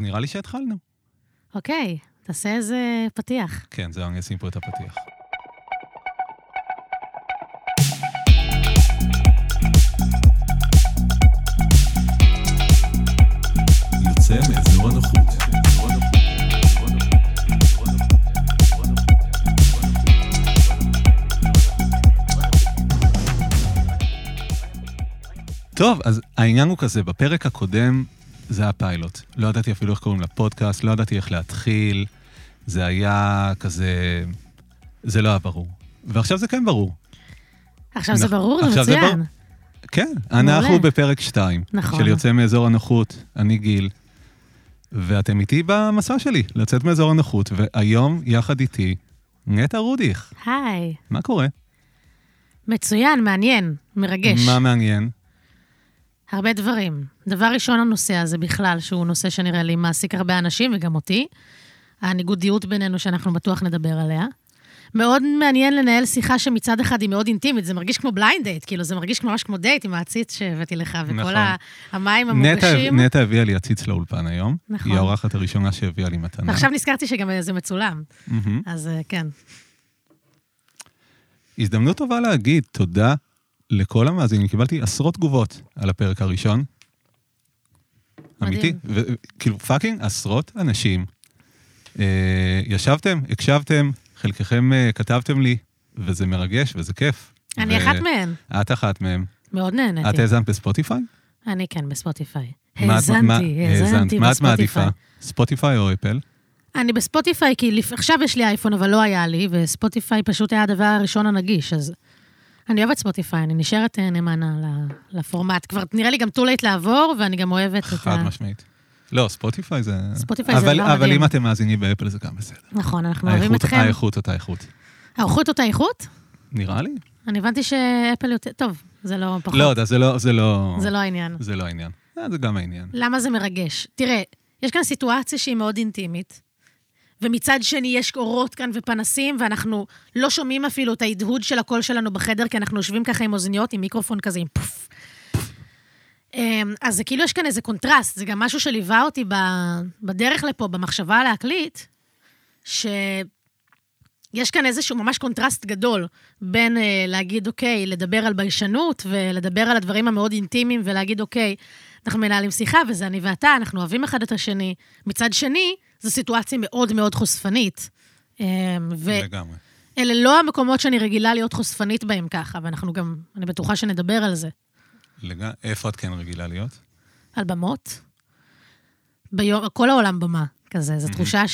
נראה לי שהתחלנו. אוקיי, תעשה איזה פתיח. כן, זהו, אני אשים פה את הפתיח. יוצא מאזור הנוחות. טוב, אז העניין הוא כזה, בפרק הקודם זה הפיילוט. לא ידעתי אפילו איך קוראים לפודקאסט, לא ידעתי איך להתחיל, זה היה כזה, זה לא היה ברור. ועכשיו זה כן ברור. עכשיו זה ברור, זה מצוין. כן, אנחנו בפרק 2, נכון. של יוצא מאזור הנוחות, אני גיל, ואתם איתי במסע שלי, לצאת מאזור הנוחות, והיום יחד איתי, נטע רודיך. היי. מה קורה? מצוין, מעניין, מרגש. מה מעניין? הרבה דברים. דבר ראשון, הנושא הזה בכלל, שהוא נושא שנראה לי מעסיק הרבה אנשים, וגם אותי. הניגודיות בינינו שאנחנו בטוח נדבר עליה. מאוד מעניין לנהל שיחה שמצד אחד היא מאוד אינטימית, זה מרגיש כמו בליינד דייט, כאילו זה מרגיש ממש כמו דייט עם העציץ שהבאתי לך, וכל המים המורגשים. נטע הביאה לי עציץ לאולפן היום, נכון. היא האורחת הראשונה שהביאה לי מתנה. ועכשיו נזכרתי שגם זה מצולם, אז כן. הזדמנות טובה להגיד תודה לכל המאזינים, קיבלתי עשרות תגובות על הפרק הראשון. אמיתי, כאילו פאקינג עשרות אנשים. ישבתם, הקשבתם, חלקכם כתבתם לי, וזה מרגש וזה כיף. אני אחת מהן. את אחת מהן. מאוד נהניתי. את האזנת בספוטיפיי? אני כן, בספוטיפיי. האזנתי בספוטיפיי. מה את מעדיפה? ספוטיפיי או אפל? אני בספוטיפיי, כי עכשיו יש לי אייפון, אבל לא היה לי, וספוטיפיי פשוט היה הדבר הראשון הנגיש, אז אני אוהבת ספוטיפיי, אני נשארת נאמנה לפורמט. כבר נראה לי גם too late לעבור, ואני גם אוהבת את ה... חד משמעית. לא, ספוטיפיי זה... ספוטיפיי זה דבר מדהים. אבל אם אתם מאזינים באפל זה גם בסדר. נכון, אנחנו אוהבים אתכם. האיכות אותה איכות. האיכות אותה איכות? נראה לי. אני הבנתי שאפל יותר... טוב, זה לא פחות. לא, זה לא... זה לא העניין. זה לא העניין. זה גם העניין. למה זה מרגש? תראה, יש כאן סיטואציה שהיא מאוד אינטימית, ומצד שני יש אורות כאן ופנסים, ואנחנו לא שומעים אפילו את ההדהוד של הקול שלנו בחדר, כי אנחנו יושבים ככה עם אוזניות, עם מיקרופון כזה, עם פוף. אז זה כאילו יש כאן איזה קונטרסט, זה גם משהו שליווה אותי בדרך לפה, במחשבה להקליט, שיש כאן איזשהו ממש קונטרסט גדול, בין להגיד אוקיי, לדבר על ביישנות, ולדבר על הדברים המאוד אינטימיים, ולהגיד אוקיי, אנחנו מנהלים שיחה, וזה אני ואתה, אנחנו אוהבים אחד את השני. מצד שני, זו סיטואציה מאוד מאוד חושפנית. לגמרי. אלה לא המקומות שאני רגילה להיות חושפנית בהם ככה, ואנחנו גם, אני בטוחה שנדבר על זה. איפה את כן רגילה להיות? על במות. כל העולם במה, כזה. זו תחושה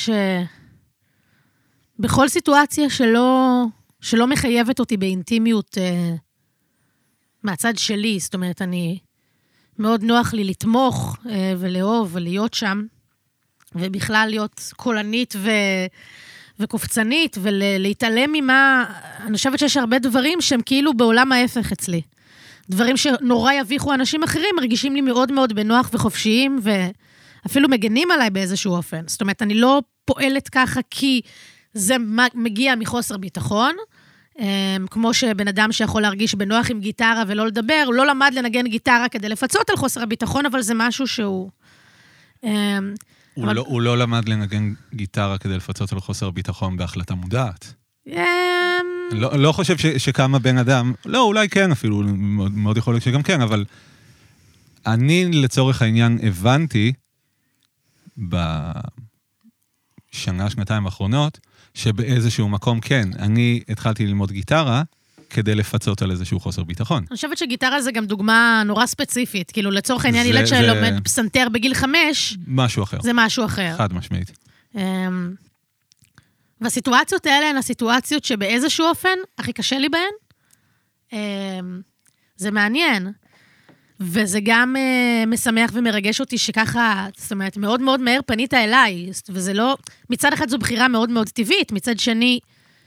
בכל סיטואציה שלא מחייבת אותי באינטימיות מהצד שלי, זאת אומרת, מאוד נוח לי לתמוך ולאהוב ולהיות שם, ובכלל להיות קולנית וקופצנית, ולהתעלם ממה, אני חושבת שיש הרבה דברים שהם כאילו בעולם ההפך אצלי. דברים שנורא יביכו אנשים אחרים, מרגישים לי מאוד מאוד בנוח וחופשיים, ואפילו מגנים עליי באיזשהו אופן. זאת אומרת, אני לא פועלת ככה כי זה מגיע מחוסר ביטחון, כמו שבן אדם שיכול להרגיש בנוח עם גיטרה ולא לדבר, הוא לא למד לנגן גיטרה כדי לפצות על חוסר הביטחון, אבל זה משהו שהוא... הוא לא למד לנגן גיטרה כדי לפצות על חוסר ביטחון בהחלטה מודעת. לא חושב שכמה בן אדם, לא, אולי כן אפילו, מאוד יכול להיות שגם כן, אבל אני לצורך העניין הבנתי בשנה, שנתיים האחרונות, שבאיזשהו מקום כן, אני התחלתי ללמוד גיטרה, כדי לפצות על איזשהו חוסר ביטחון. אני חושבת שגיטרה זה גם דוגמה נורא ספציפית, כאילו לצורך העניין ילד שלומד פסנתר בגיל 5, משהו אחר. זה משהו אחר. חד משמעית. והסיטואציות האלה הן הסיטואציות שבאיזשהו אופן הכי קשה לי בהן. זה מעניין, וזה גם משמח ומרגש אותי שככה, זאת אומרת, מאוד מאוד מהר פנית אליי, וזה לא, מצד אחד זו בחירה מאוד מאוד טבעית, מצד שני,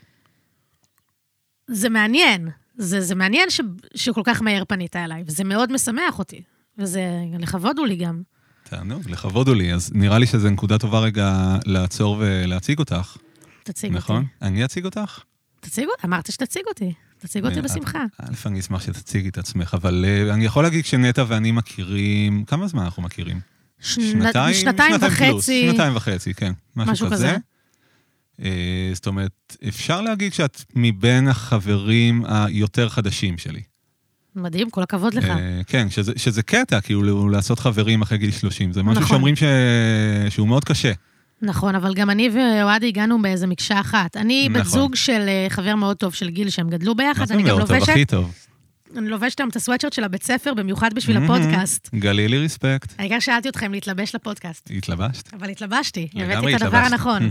זה מעניין, זה מעניין שכל כך מהר פנית אליי, וזה מאוד משמח אותי, וזה לכבוד הוא לי גם. תענוג, לכבוד הוא לי, אז נראה לי שזה נקודה טובה רגע לעצור ולהציג אותך. תציג אותי. נכון? אני אציג אותך? תציג אותי, אמרת שתציג אותי. תציג אותי בשמחה. לפעמים אשמח שתציגי את עצמך, אבל אני יכול להגיד שנטע ואני מכירים, כמה זמן אנחנו מכירים? שנתיים וחצי. שנתיים וחצי, כן. משהו כזה. זאת אומרת, אפשר להגיד שאת מבין החברים היותר חדשים שלי. מדהים, כל הכבוד לך. כן, שזה קטע, כאילו לעשות חברים אחרי גיל 30. זה משהו שאומרים שהוא מאוד קשה. נכון, אבל גם אני ואוהד הגענו באיזה מקשה אחת. אני בת זוג של חבר מאוד טוב של גיל, שהם גדלו ביחד. אני גם לובשת... הכי טוב. אני לובשת היום את הסוואטשרט של הבית ספר, במיוחד בשביל הפודקאסט. גלי לי רספקט. העיקר שאלתי אתכם להתלבש לפודקאסט. התלבשת? אבל התלבשתי, הבאתי את הדבר הנכון.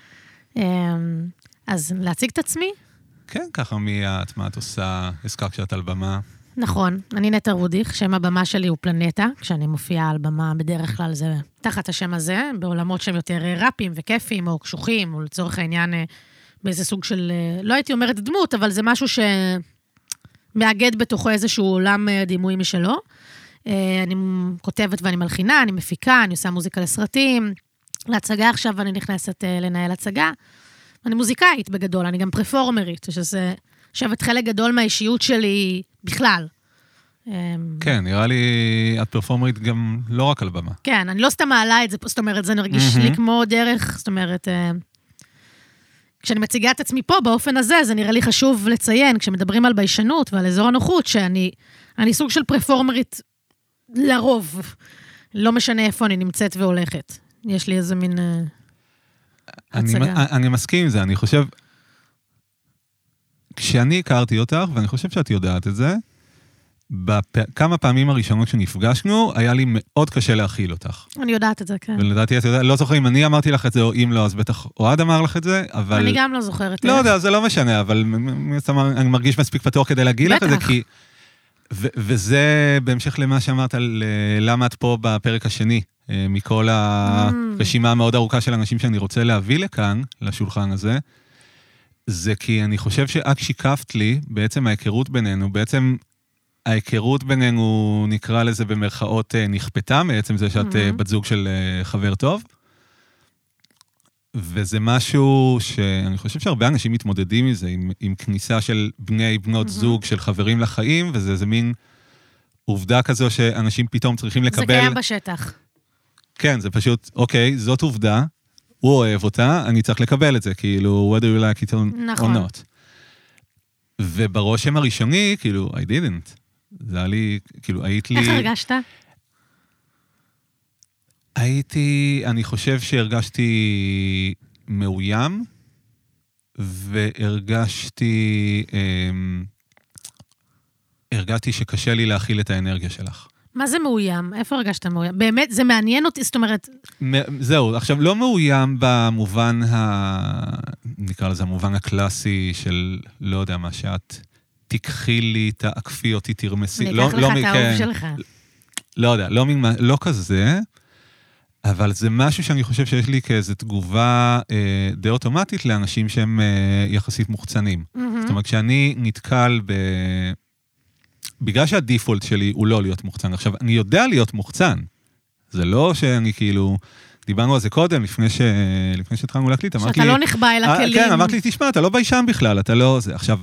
אז להציג את עצמי? כן, ככה מה את עושה, הזכרת כשאת על במה. נכון, אני נטע רודיך, שם הבמה שלי הוא פלנטה, כשאני מופיעה על במה בדרך כלל זה תחת השם הזה, בעולמות שהם יותר ראפים וכיפים או קשוחים, או לצורך העניין באיזה סוג של, לא הייתי אומרת דמות, אבל זה משהו שמאגד בתוכו איזשהו עולם דימוי משלו. אני כותבת ואני מלחינה, אני מפיקה, אני עושה מוזיקה לסרטים, להצגה עכשיו אני נכנסת לנהל הצגה. אני מוזיקאית בגדול, אני גם פרפורמרית, שזה שבת חלק גדול מהאישיות שלי בכלל. כן, נראה לי, את פרפורמרית גם לא רק על במה. כן, אני לא סתם מעלה את זה, זאת אומרת, זה נרגיש לי כמו דרך, זאת אומרת, כשאני מציגה את עצמי פה באופן הזה, זה נראה לי חשוב לציין, כשמדברים על ביישנות ועל אזור הנוחות, שאני סוג של פרפורמרית לרוב, לא משנה איפה אני נמצאת והולכת. יש לי איזה מין הצגה. אני מסכים עם זה, אני חושב, כשאני הכרתי אותך, ואני חושב שאת יודעת את זה, בכמה פעמים הראשונות שנפגשנו, היה לי מאוד קשה להכיל אותך. אני יודעת את זה, כן. ולדעתי, את יודעת, לא זוכר אם אני אמרתי לך את זה, או אם לא, אז בטח אוהד אמר לך את זה, אבל... אני גם לא זוכרת. לא יודע, זה לא משנה, אבל אני מרגיש מספיק פתוח כדי להגיד לך את זה, כי... וזה בהמשך למה שאמרת על למה את פה בפרק השני, מכל הרשימה המאוד ארוכה של אנשים שאני רוצה להביא לכאן, לשולחן הזה, זה כי אני חושב שאת שיקפת לי, בעצם ההיכרות בינינו, בעצם ההיכרות בינינו נקרא לזה במרכאות נכפתה, בעצם זה שאת בת זוג של חבר טוב, וזה משהו שאני חושב שהרבה אנשים מתמודדים מזה, עם כניסה של בנות זוג, של חברים לחיים, וזה איזה מין עובדה כזו שאנשים פתאום צריכים לקבל... זה קיים בשטח. כן, זה פשוט, אוקיי, זאת עובדה, הוא אוהב אותה, אני צריך לקבל את זה, כאילו, whether you like it or not. וברושם הראשוני, כאילו, I didn't. זה היה לי, כאילו, היית לי... איך הרגשת? אני חושב שהרגשתי מאוים, והרגשתי שקשה לי להכיל את האנרגיה שלך. מה זה מאוים? איפה הרגשת מאוים? באמת, זה מעניין אותי, זאת אומרת... זהו, עכשיו, לא מאוים במובן נקרא לזה, המובן הקלאסי של, לא יודע מה, שאת תקחי לי, תעקפי אותי, תרמסי. אני אקח לך את האהוב שלך. לא יודע, לא כזה, אבל זה משהו שאני חושב שיש לי כאיזו תגובה די אוטומטית לאנשים שהם יחסית מוחצנים. זאת אומרת, כשאני נתקל בגלל שהדיפולט שלי הוא לא להיות מוחצן. עכשיו, אני יודע להיות מוחצן. זה לא שאני כאילו... דיברנו על זה קודם, לפני שהתחלנו להקליט, אמרת לי... שאתה לא נחבא אל הכלים. כן, אמרת לי, תשמע, אתה לא ביישן בכלל, אתה לא... עכשיו,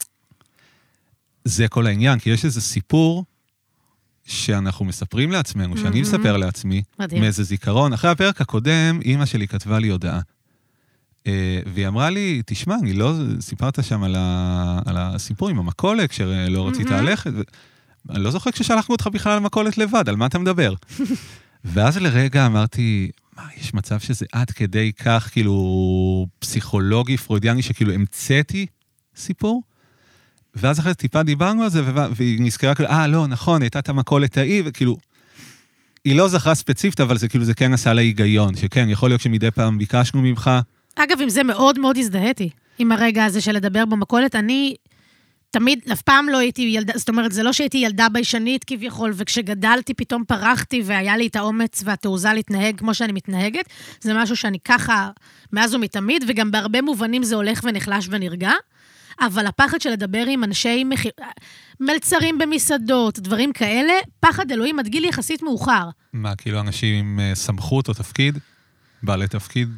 זה כל העניין, כי יש איזה סיפור שאנחנו מספרים לעצמנו, שאני מספר לעצמי, מאיזה זיכרון. אחרי הפרק הקודם, אמא שלי כתבה לי הודעה. והיא אמרה לי, תשמע, אני לא סיפרת שם על הסיפור עם המקולת, שלא רצית ללכת, אני לא זוכר כששלחנו אותך בכלל על מקולת לבד, על מה אתה מדבר? ואז לרגע אמרתי, יש מצב שזה עד כדי כך, כאילו, פסיכולוגי, פרוידיאני, שכאילו המצאתי סיפור? ואז אחרי טיפה דיברנו על זה, והיא נזכרה כאילו, לא, נכון, הייתה את המקולת ההיא, וכאילו, היא לא זכרה ספציפית, אבל זה כאילו, זה כן עשה לה היגיון, שכן, יכול להיות שמדי פעם ביקשנו ממך. אגב, עם זה מאוד מאוד הזדהיתי, עם הרגע הזה של לדבר במקולת, אני תמיד, אף פעם לא הייתי ילדה, זאת אומרת, זה לא שהייתי ילדה ביישנית כביכול, וכשגדלתי פתאום פרחתי, והיה לי את האומץ והתעוזה להתנהג כמו שאני מתנהגת, זה משהו שאני ככה, מאז ומתמיד, וגם בהרבה מובנים זה הולך ונחלש ונרגע, אבל הפחד של לדבר עם אנשי מלצרים במסעדות, דברים כאלה, פחד אלוהים עד גיל יחסית מאוחר. מה, כאילו אנשים עם סמכות או תפקיד? בעלי תפקיד?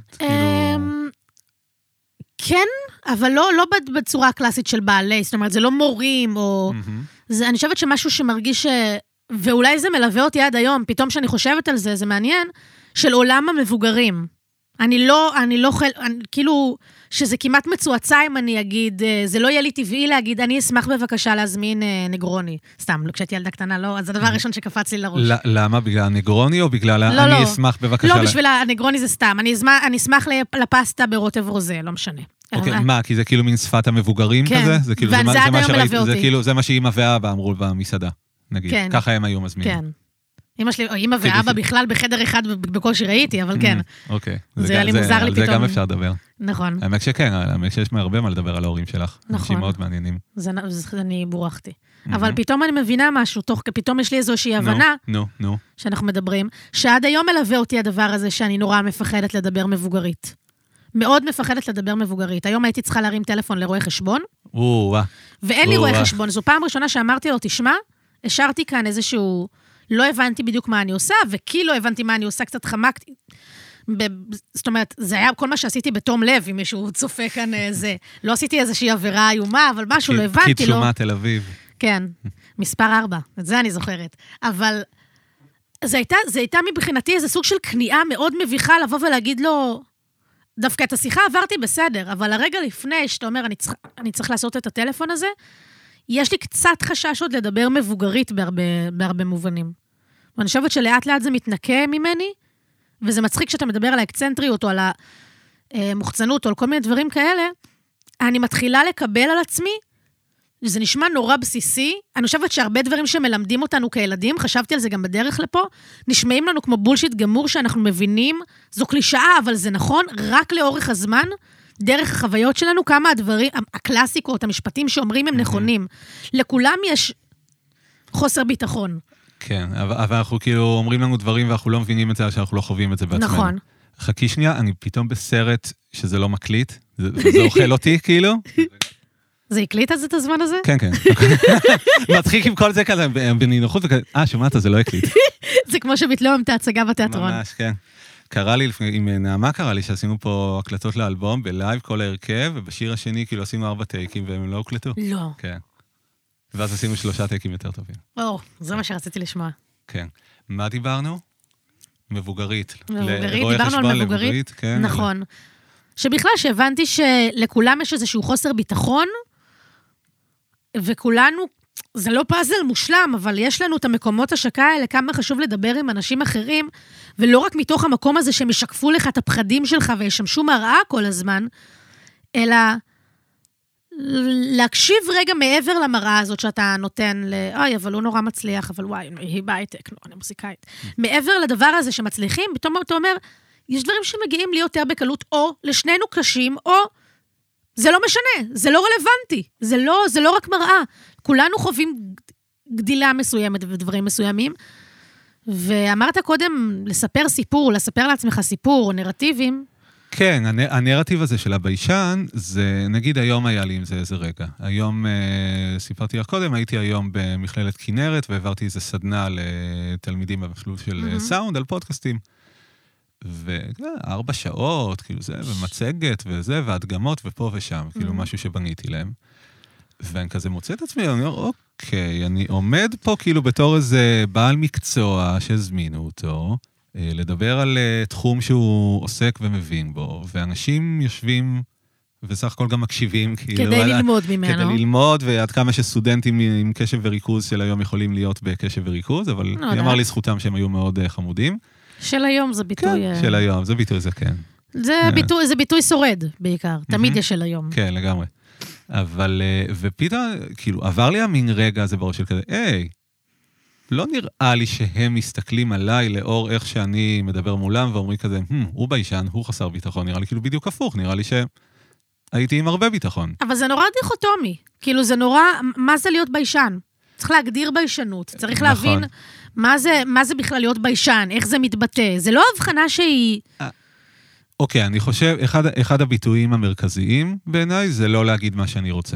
כן, אבל לא בצורה הקלאסית של בעלי, זאת אומרת, זה לא מורים, או... אני חושבת שמשהו שמרגיש ואולי זה מלווה אותי עד היום, פתאום שאני חושבת על זה, זה מעניין, של עולם המבוגרים. אני לא כאילו, שזה כמעט מצועצע אם אני אגיד, זה לא יהיה לי טבעי להגיד, אני אשמח בבקשה להזמין נגרוני. סתם, כשהייתי ילדה קטנה, לא, אז זה הדבר הראשון שקפץ לי לראש. למה? בגלל הנגרוני או בגלל אני אשמח בבקשה? לא, בשביל הנגרוני זה סתם. אני אשמח לפסטה ברוטב רוזה, לא משנה. אוקיי, מה? כי זה כאילו מין שפת המבוגרים כזה? כן, וזה עד היום מלווה אותי. זה מה שאמא ואבא אמרו במסעדה, נגיד. ככה הם היו מזמינים. כן. אמא ואבא בכלל בחדר אחד בקושי ראיתי, אבל כן. אוקיי. זה היה לי מוזר לי פתאום. זה גם אפשר לדבר. נכון. האמת שכן, האמת שיש הרבה מה לדבר על ההורים שלך. נכון. אנשים מאוד מעניינים. אני בורחתי. אבל פתאום אני מבינה משהו, פתאום יש לי איזושהי הבנה, שאנחנו מדברים, שעד היום מלווה אותי הדבר הזה שאני נורא מפחדת לדבר מבוגרית. מאוד מפחדת לדבר מבוגרית. היום הייתי צריכה להרים טלפון לרואה חשבון, ואין לי רואה חשבון. זו פעם ראשונה שאמרתי לו, תשמע, השארתי כאן איזשהו, לא הבנתי בדיוק מה אני עושה, וכי לא הבנתי מה אני עושה, קצת חמקתי. זאת אומרת, זה היה כל מה שעשיתי בתום לב, אם מישהו צופה כאן איזה, לא עשיתי איזושהי עבירה איומה, אבל משהו לא הבנתי לו. פקיד שומה תל אביב. כן, מספר 4, את זה אני זוכרת. אבל זה הייתה מבחינתי איזה סוג של כניעה מאוד מביכה לבוא ולהגיד לו, דווקא את השיחה עברתי בסדר, אבל הרגע לפני שאתה אומר, אני צריך לעשות את הטלפון הזה, יש לי קצת חשש עוד לדבר מבוגרית בהרבה מובנים. ואני חושבת שלאט לאט זה מתנקה ממני, וזה מצחיק שאתה מדבר על האקצנטריות, או על המוחצנות, או על כל מיני דברים כאלה, אני מתחילה לקבל על עצמי, זה נשמע נורא בסיסי, אני חושבת שהרבה דברים שמלמדים אותנו כילדים, חשבתי על זה גם בדרך לפה, נשמעים לנו כמו בולשיט גמור שאנחנו מבינים, זו קלישאה, אבל זה נכון, רק לאורך הזמן, דרך החוויות שלנו, כמה הדברים, הקלאסיקות, המשפטים שאומרים הם נכונים. לכולם יש חוסר ביטחון. כן, אבל אנחנו כאילו אומרים לנו דברים, ואנחנו לא מבינים את זה, שאנחנו לא חווים את זה בעצמנו. נכון. חכי שנייה, אני פתאום בסרט שזה לא מקליט, זה אוכל אותי כאילו. זה הקליט אז את הזמן הזה? כן, כן. מצחיק עם כל זה כזה, בנינוחות וכזה, שומעת, זה לא הקליט. זה כמו שביטלו את ההצגה בתיאטרון. ממש, כן. קרה לי, עם נעמה קרה לי, שעשינו פה הקלטות לאלבום, בלייב כל ההרכב, ובשיר השני כאילו עשינו 4 טייקים, והם לא הוקלטו. לא. כן. ואז עשינו 3 טייקים יותר טובים. זה מה שרציתי לשמוע. כן. מה דיברנו? מבוגרית. דיברנו על מבוגרית. כן. נכון. שבכלל שהבנתי שלכולם יש איזשהו חוסר ביטחון, וכולנו, זה לא פאזל מושלם, אבל יש לנו את המקומות השקה האלה, כמה חשוב לדבר עם אנשים אחרים, ולא רק מתוך המקום הזה שהם ישקפו לך את הפחדים שלך, וישמשו מראה כל הזמן, אלא להקשיב רגע מעבר למראה הזאת שאתה נותן אבל הוא נורא מצליח, אבל וואי, היא בהייטק, אני מוזיקאית. מעבר לדבר הזה שמצליחים, פתאום אתה אומר, יש דברים שמגיעים לי יותר בקלות, או לשנינו קשים, או זה לא משנה, זה לא רלוונטי, זה לא רק מראה. כולנו חווים גדילה מסוימת ודברים מסוימים, ואמרת קודם לספר סיפור, לספר לעצמך סיפור, נרטיבים. כן, הנרטיב הזה של הביישן, זה, נגיד היום היה לי עם זה איזה רגע. היום, סיפרתי לך קודם, הייתי היום במכללת כנרת, והעברתי איזה סדנה לתלמידים במסלול של סאונד על פודקאסטים. 4 שעות, כאילו זה, ומצגת וזה, והדגמות ופה ושם, כאילו משהו שבניתי להם. ואני כזה מוצא את עצמי, אני אומר, אוקיי, אני עומד פה כאילו בתור איזה בעל מקצוע שהזמינו אותו, לדבר על תחום שהוא עוסק ומבין בו, ואנשים יושבים וסך הכל גם מקשיבים, כאילו, כדי ללמוד ממנו. כדי ללמוד, ועד כמה שסטודנטים עם קשב וריכוז של היום יכולים להיות בקשב וריכוז, אבל אני אמר לי זכותם שהם היו מאוד חמודים. של היום זה ביטוי... כן, של היום, זה ביטוי, זה כן. זה ביטוי שורד בעיקר, תמיד יש של היום. כן, לגמרי. אבל, ופתאום, כאילו, עבר לי המין רגע הזה בראש של כזה, לא נראה לי שהם מסתכלים עליי לאור איך שאני מדבר מולם, ואומרים כזה, הוא ביישן, הוא חסר ביטחון, נראה לי כאילו בדיוק הפוך, נראה לי שהייתי עם הרבה ביטחון. אבל זה נורא דיכוטומי, כאילו זה נורא, מה זה להיות ביישן? צריך להגדיר ביישנות, צריך להבין מה זה בכלל להיות ביישן, איך זה מתבטא, זה לא הבחנה שהיא... אוקיי, אני חושב, אחד הביטויים המרכזיים בעיניי, זה לא להגיד מה שאני רוצה.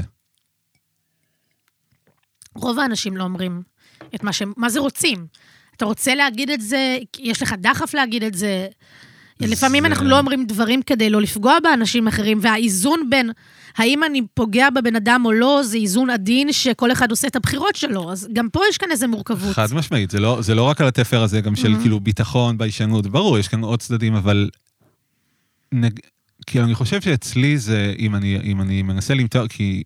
רוב האנשים לא אומרים את מה זה רוצים. אתה רוצה להגיד את זה, יש לך דחף להגיד את זה, לפעמים אנחנו לא אומרים דברים כדי לא לפגוע באנשים אחרים, והאיזון בין האם אני פוגע בבן אדם או לא, זה איזון עדין שכל אחד עושה את הבחירות שלו, אז גם פה יש כאן איזה מורכבות. חד משמעית, זה לא רק על התפר הזה, גם של כאילו ביטחון, ביישנות, ברור, יש כאן עוד צדדים, אבל כאילו אני חושב שאצלי זה, אם אני מנסה למתור, כי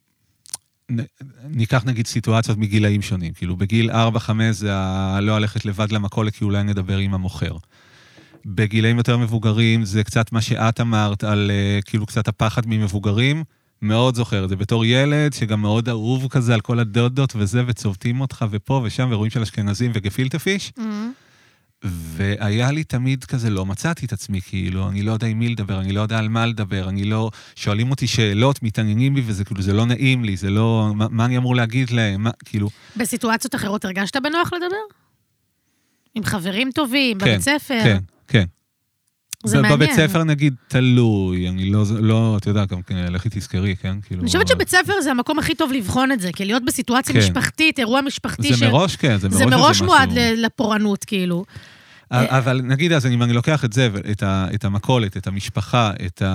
ניקח נגיד סיטואציות מגילאים שונים, כאילו בגיל 4-5 זה לא הלכת לבד למכולת, כי אולי נדבר עם המוכר. בגילאים יותר מבוגרים זה קצת מה שאת אמרת על כאילו קצת הפחד ממבוגרים, מאוד זוכר, זה בתור ילד שגם מאוד אהוב כזה על כל הדודות וזה, וצובטים אותך ופה ושם, ורואים של אשכנזים וגפילטה פיש, והיה לי תמיד כזה, לא מצאתי את עצמי, כאילו, אני לא יודע עם מי לדבר, אני לא יודע על מה לדבר, אני לא, שואלים אותי שאלות, מתעניינים בי, וזה כאילו, זה לא נעים לי, זה לא, מה אני אמור להגיד להם, כאילו. בסיטואציות אחרות הרגשת בנוח לדבר? עם חברים טובים, בבית ספר? כן, כן. זה מעניין. בבית ספר נגיד תלוי, אני לא, אתה יודע, גם לכי תזכרי, כן? אני חושבת שבית ספר זה המקום הכי טוב לבחון את זה, כי להיות בסיטואציה משפחתית, אירוע משפחתי, זה מראש, כן, זה מראש מועד לפורענות, כאילו. אבל נגיד, אז אני לוקח את זה, את המכולת, את המשפחה,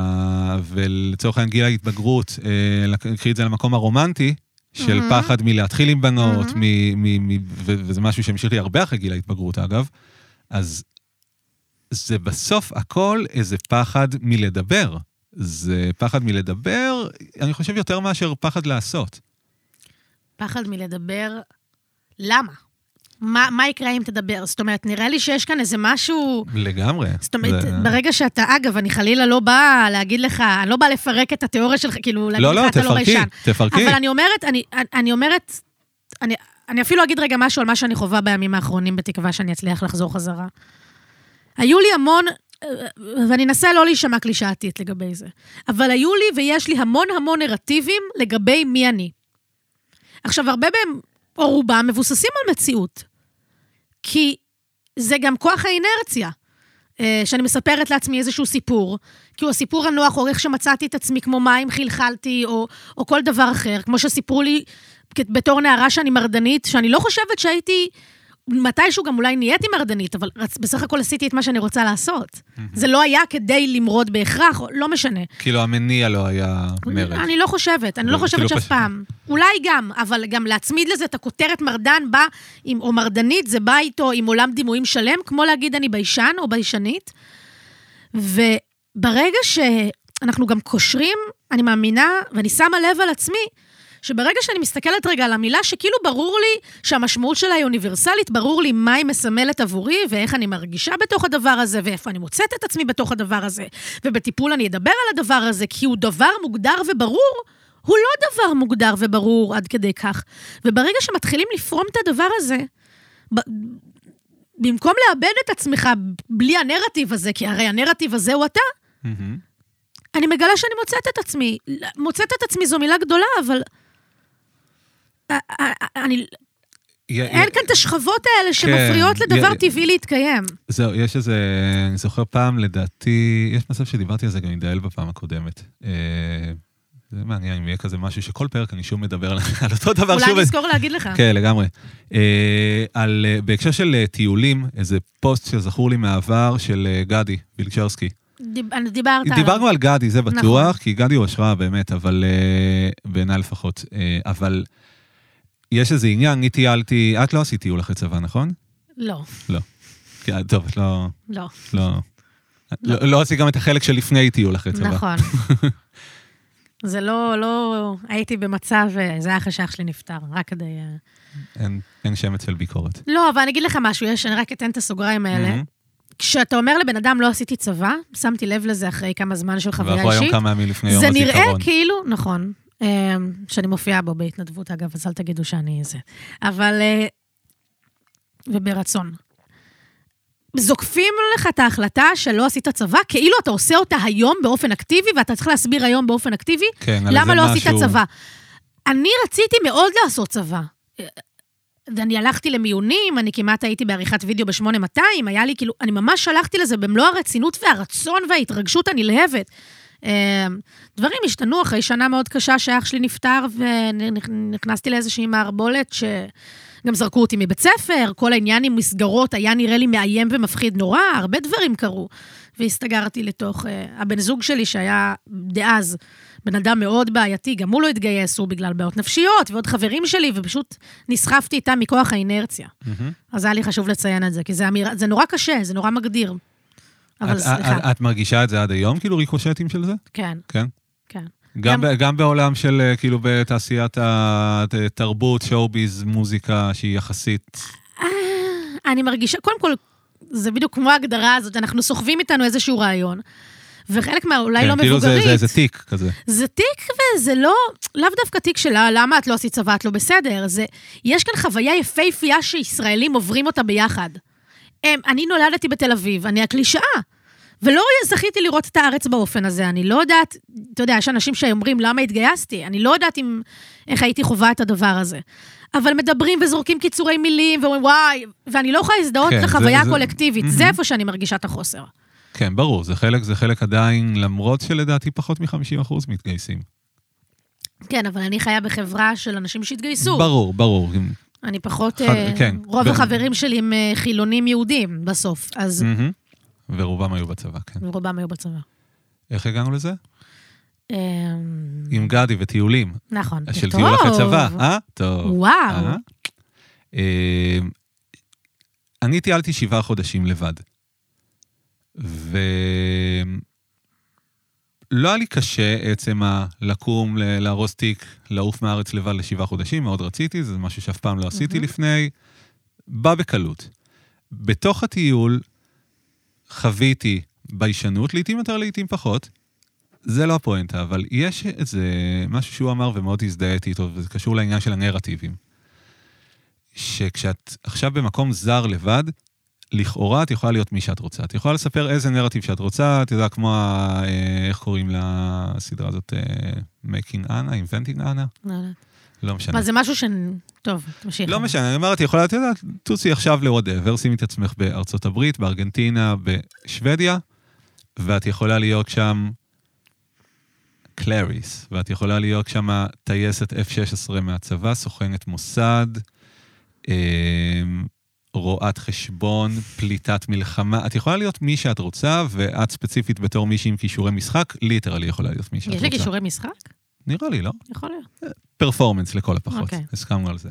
ולצורך העניין גיל ההתבגרות, לקחי את זה למקום הרומנטי, של פחד מלהתחיל עם בנות, וזה משהו שהמשיך לי הרבה אחרי גיל ההתבגרות, אגב, אז זה בסוף הכל איזה פחד מלדבר. זה פחד מלדבר, אני חושב יותר מאשר פחד לעשות. פחד מלדבר, למה? מה יקרה אם תדבר? זאת אומרת, נראה לי שיש כאן איזה משהו... לגמרי. זאת אומרת, ברגע שאתה, אגב, אני חלילה לא באה להגיד לך, אני לא באה לפרק את התיאוריה שלך, כאילו, להגיד לך, אתה לא ביישן. תפרקי. אבל אני אומרת, אני אפילו אגיד רגע משהו על מה שאני חובה בימים האחרונים, בתקווה שאני אצליח לחזור חזרה. היו לי המון, ואני אנסה לא להישמע קלישאתית לגבי זה, אבל היו לי ויש לי המון נרטיבים לגבי מי אני. עכשיו, הרבה בהם, או רובם, מבוססים על מציאות. כי זה גם כוח האינרציה, שאני מספרת לעצמי איזשהו סיפור, כי הוא הסיפור הנוח, או איך שמצאתי את עצמי, כמו מים חלחלתי, או כל דבר אחר, כמו שסיפרו לי בתור נערה שאני מרדנית, שאני לא חושבת שהייתי... מתישהו גם אולי נהייתי מרדנית, אבל בסך הכל עשיתי את מה שאני רוצה לעשות. זה לא היה כדי למרוד בהכרח, לא משנה. כאילו המניע לא היה מרד. אני לא חושבת שאף פעם. אולי גם, אבל גם להצמיד לזה את הכותרת מרדן בא, או מרדנית, זה בא איתו עם עולם דימויים שלם, כמו להגיד אני ביישן או ביישנית. וברגע שאנחנו גם קושרים, אני מאמינה, ואני שמה לב על עצמי, שברגע שאני מסתכלת רגע על המילה, שכאילו ברור לי שהמשמעות שלה היא אוניברסלית, ברור לי מה היא מסמלת עבורי, ואיך אני מרגישה בתוך הדבר הזה, ואיפה אני מוצאת את עצמי בתוך הדבר הזה, ובטיפול אני אדבר על הדבר הזה, כי הוא דבר מוגדר וברור, הוא לא דבר מוגדר וברור עד כדי כך. וברגע שמתחילים לפרום את הדבר הזה, במקום לאבד את עצמך בלי הנרטיב הזה, כי הרי הנרטיב הזה הוא אתה, אני מגלה שאני מוצאת את עצמי. מוצאת את עצמי זו מילה גדולה, אבל... אין כאן את השכבות האלה שמפריעות לדבר טבעי להתקיים. זהו, יש איזה, אני זוכר פעם, לדעתי, יש מצב שדיברתי על זה גם עם דאל בפעם הקודמת. זה מעניין, אם יהיה כזה משהו שכל פרק אני שוב מדבר על אותו דבר. אולי נזכור להגיד לך. כן, לגמרי. בהקשר של טיולים, איזה פוסט שזכור לי מהעבר של גדי וילצ'רסקי. דיברנו על גדי, זה בטוח, כי גדי הוא השראה באמת, אבל בעיניי לפחות. אבל יש איזה עניין, אני טיילתי, את לא עשית טיול אחרי צבא, נכון? לא. לא. טוב, את לא... לא. לא עשית גם את החלק של לפני טיול אחרי צבא. נכון. זה לא... הייתי במצב, זה היה אחרי שאח שלי נפטר, רק כדי... אין שם אצל ביקורת. לא, אבל אני אגיד לך משהו, אני רק אתן את הסוגריים האלה. כשאתה אומר לבן אדם לא עשיתי צבא, שמתי לב לזה אחרי כמה זמן של חוויה אישית. ואנחנו היום כמה ימים לפני יום הזיכרון. זה נראה כאילו, נכון, שאני מופיעה בו בהתנדבות, אגב, אז אל תגידו שאני זה. אבל, וברצון. זוקפים לך את ההחלטה שלא עשית צבא, כאילו אתה עושה אותה היום באופן אקטיבי, ואתה צריך להסביר היום באופן אקטיבי, למה לא עשית צבא. אני רציתי מאוד לעשות צבא. אני הלכתי למיונים, אני כמעט הייתי בעריכת וידאו ב-8200, היה לי כאילו, אני ממש הלכתי לזה במלוא הרצינות והרצון וההתרגשות הנלהבת. דברים השתנו אחרי שנה מאוד קשה שאח שלי נפטר, ונכנסתי לאיזושהי מערבולת שגם זרקו אותי מבית ספר, כל העניין עם מסגרות היה נראה לי מאיים ומפחיד נורא, הרבה דברים קרו. והסתגרתי לתוך הבן זוג שלי, שהיה דאז בן אדם מאוד בעייתי, גם הוא לא התגייס, הוא בגלל בעיות נפשיות, ועוד חברים שלי, ופשוט נסחפתי איתם מכוח האינרציה. אז היה לי חשוב לציין את זה, כי זה נורא קשה, זה נורא מגדיר. אבל סליחה. את מרגישה את זה עד היום, כאילו ריקושטים של זה? כן. כן? כן. גם בעולם של, כאילו, בתעשיית התרבות, שואו-ביז, מוזיקה שהיא יחסית... אני מרגישה, קודם כל, זה בדיוק כמו ההגדרה הזאת, אנחנו סוחבים איתנו איזשהו רעיון, וחלק אולי לא מבוגרית. כאילו זה תיק כזה. זה תיק וזה לאו דווקא תיק שלה, למה את לא עשית צבא, את לא בסדר. יש כאן חוויה יפהפייה שישראלים עוברים אותה ביחד. אני נולדתי בתל אביב, אני הקלישאה, ולא זכיתי לראות את הארץ באופן הזה, אני לא יודעת, אתה יודע, יש אנשים שאומרים למה התגייסתי, אני לא יודעת איך הייתי חובה את הדבר הזה. אבל מדברים וזורקים קיצורי מילים, ואומרים וואי, ואני לא יכולה להזדהות לחוויה הקולקטיבית, זה איפה שאני מרגישה את החוסר. כן, ברור, זה חלק עדיין, למרות שלדעתי פחות מ-50% מתגייסים. כן, אבל אני חיה בחברה של אנשים שהתגייסו. ברור. אני פחות, רוב החברים שלי הם חילונים יהודים בסוף, אז... ורובם היו בצבא, כן. ורובם היו בצבא. איך הגענו לזה? עם גדי וטיולים. נכון. של טיול אחרי צבא. טוב. וואו. אני טיילתי 7 חודשים לבד. ולא היה לי קשה עצם לקום, להרוס תיק, לעוף מהארץ לבד ל7 חודשים, מאוד רציתי, זה משהו שאף פעם לא עשיתי לפני. בא בקלות. בתוך הטיול חוויתי ביישנות, לעתים יותר, לעתים פחות. זה לא הפואנטה, אבל יש איזה משהו שהוא אמר ומאוד הזדהיתי איתו, וזה קשור לעניין של הנרטיבים. שכשאת עכשיו במקום זר לבד, לכאורה את יכולה להיות מי שאת רוצה. את יכולה לספר איזה נרטיב שאת רוצה, את יודעת, כמו, איך קוראים לסדרה הזאת, Making Anna, Inventing Anna? לא משנה. מה, זה משהו טוב, תמשיך. לא משנה, אני אומרת, יכולה, את יודעת, תוציא עכשיו ל-whatever, שימי את עצמך בארצות הברית, בארגנטינה, בשוודיה, ואת יכולה להיות שם קלריס, ואת יכולה להיות שם טייסת F-16 מהצבא, סוכנת מוסד, רואת חשבון, פליטת מלחמה, את יכולה להיות מי שאת רוצה, ואת ספציפית בתור מישהי עם כישורי משחק, ליטרלי יכולה להיות מי שאת רוצה. יש לי כישורי משחק? נראה לי, לא? יכול להיות. פרפורמנס לכל הפחות, הסכמנו על זה.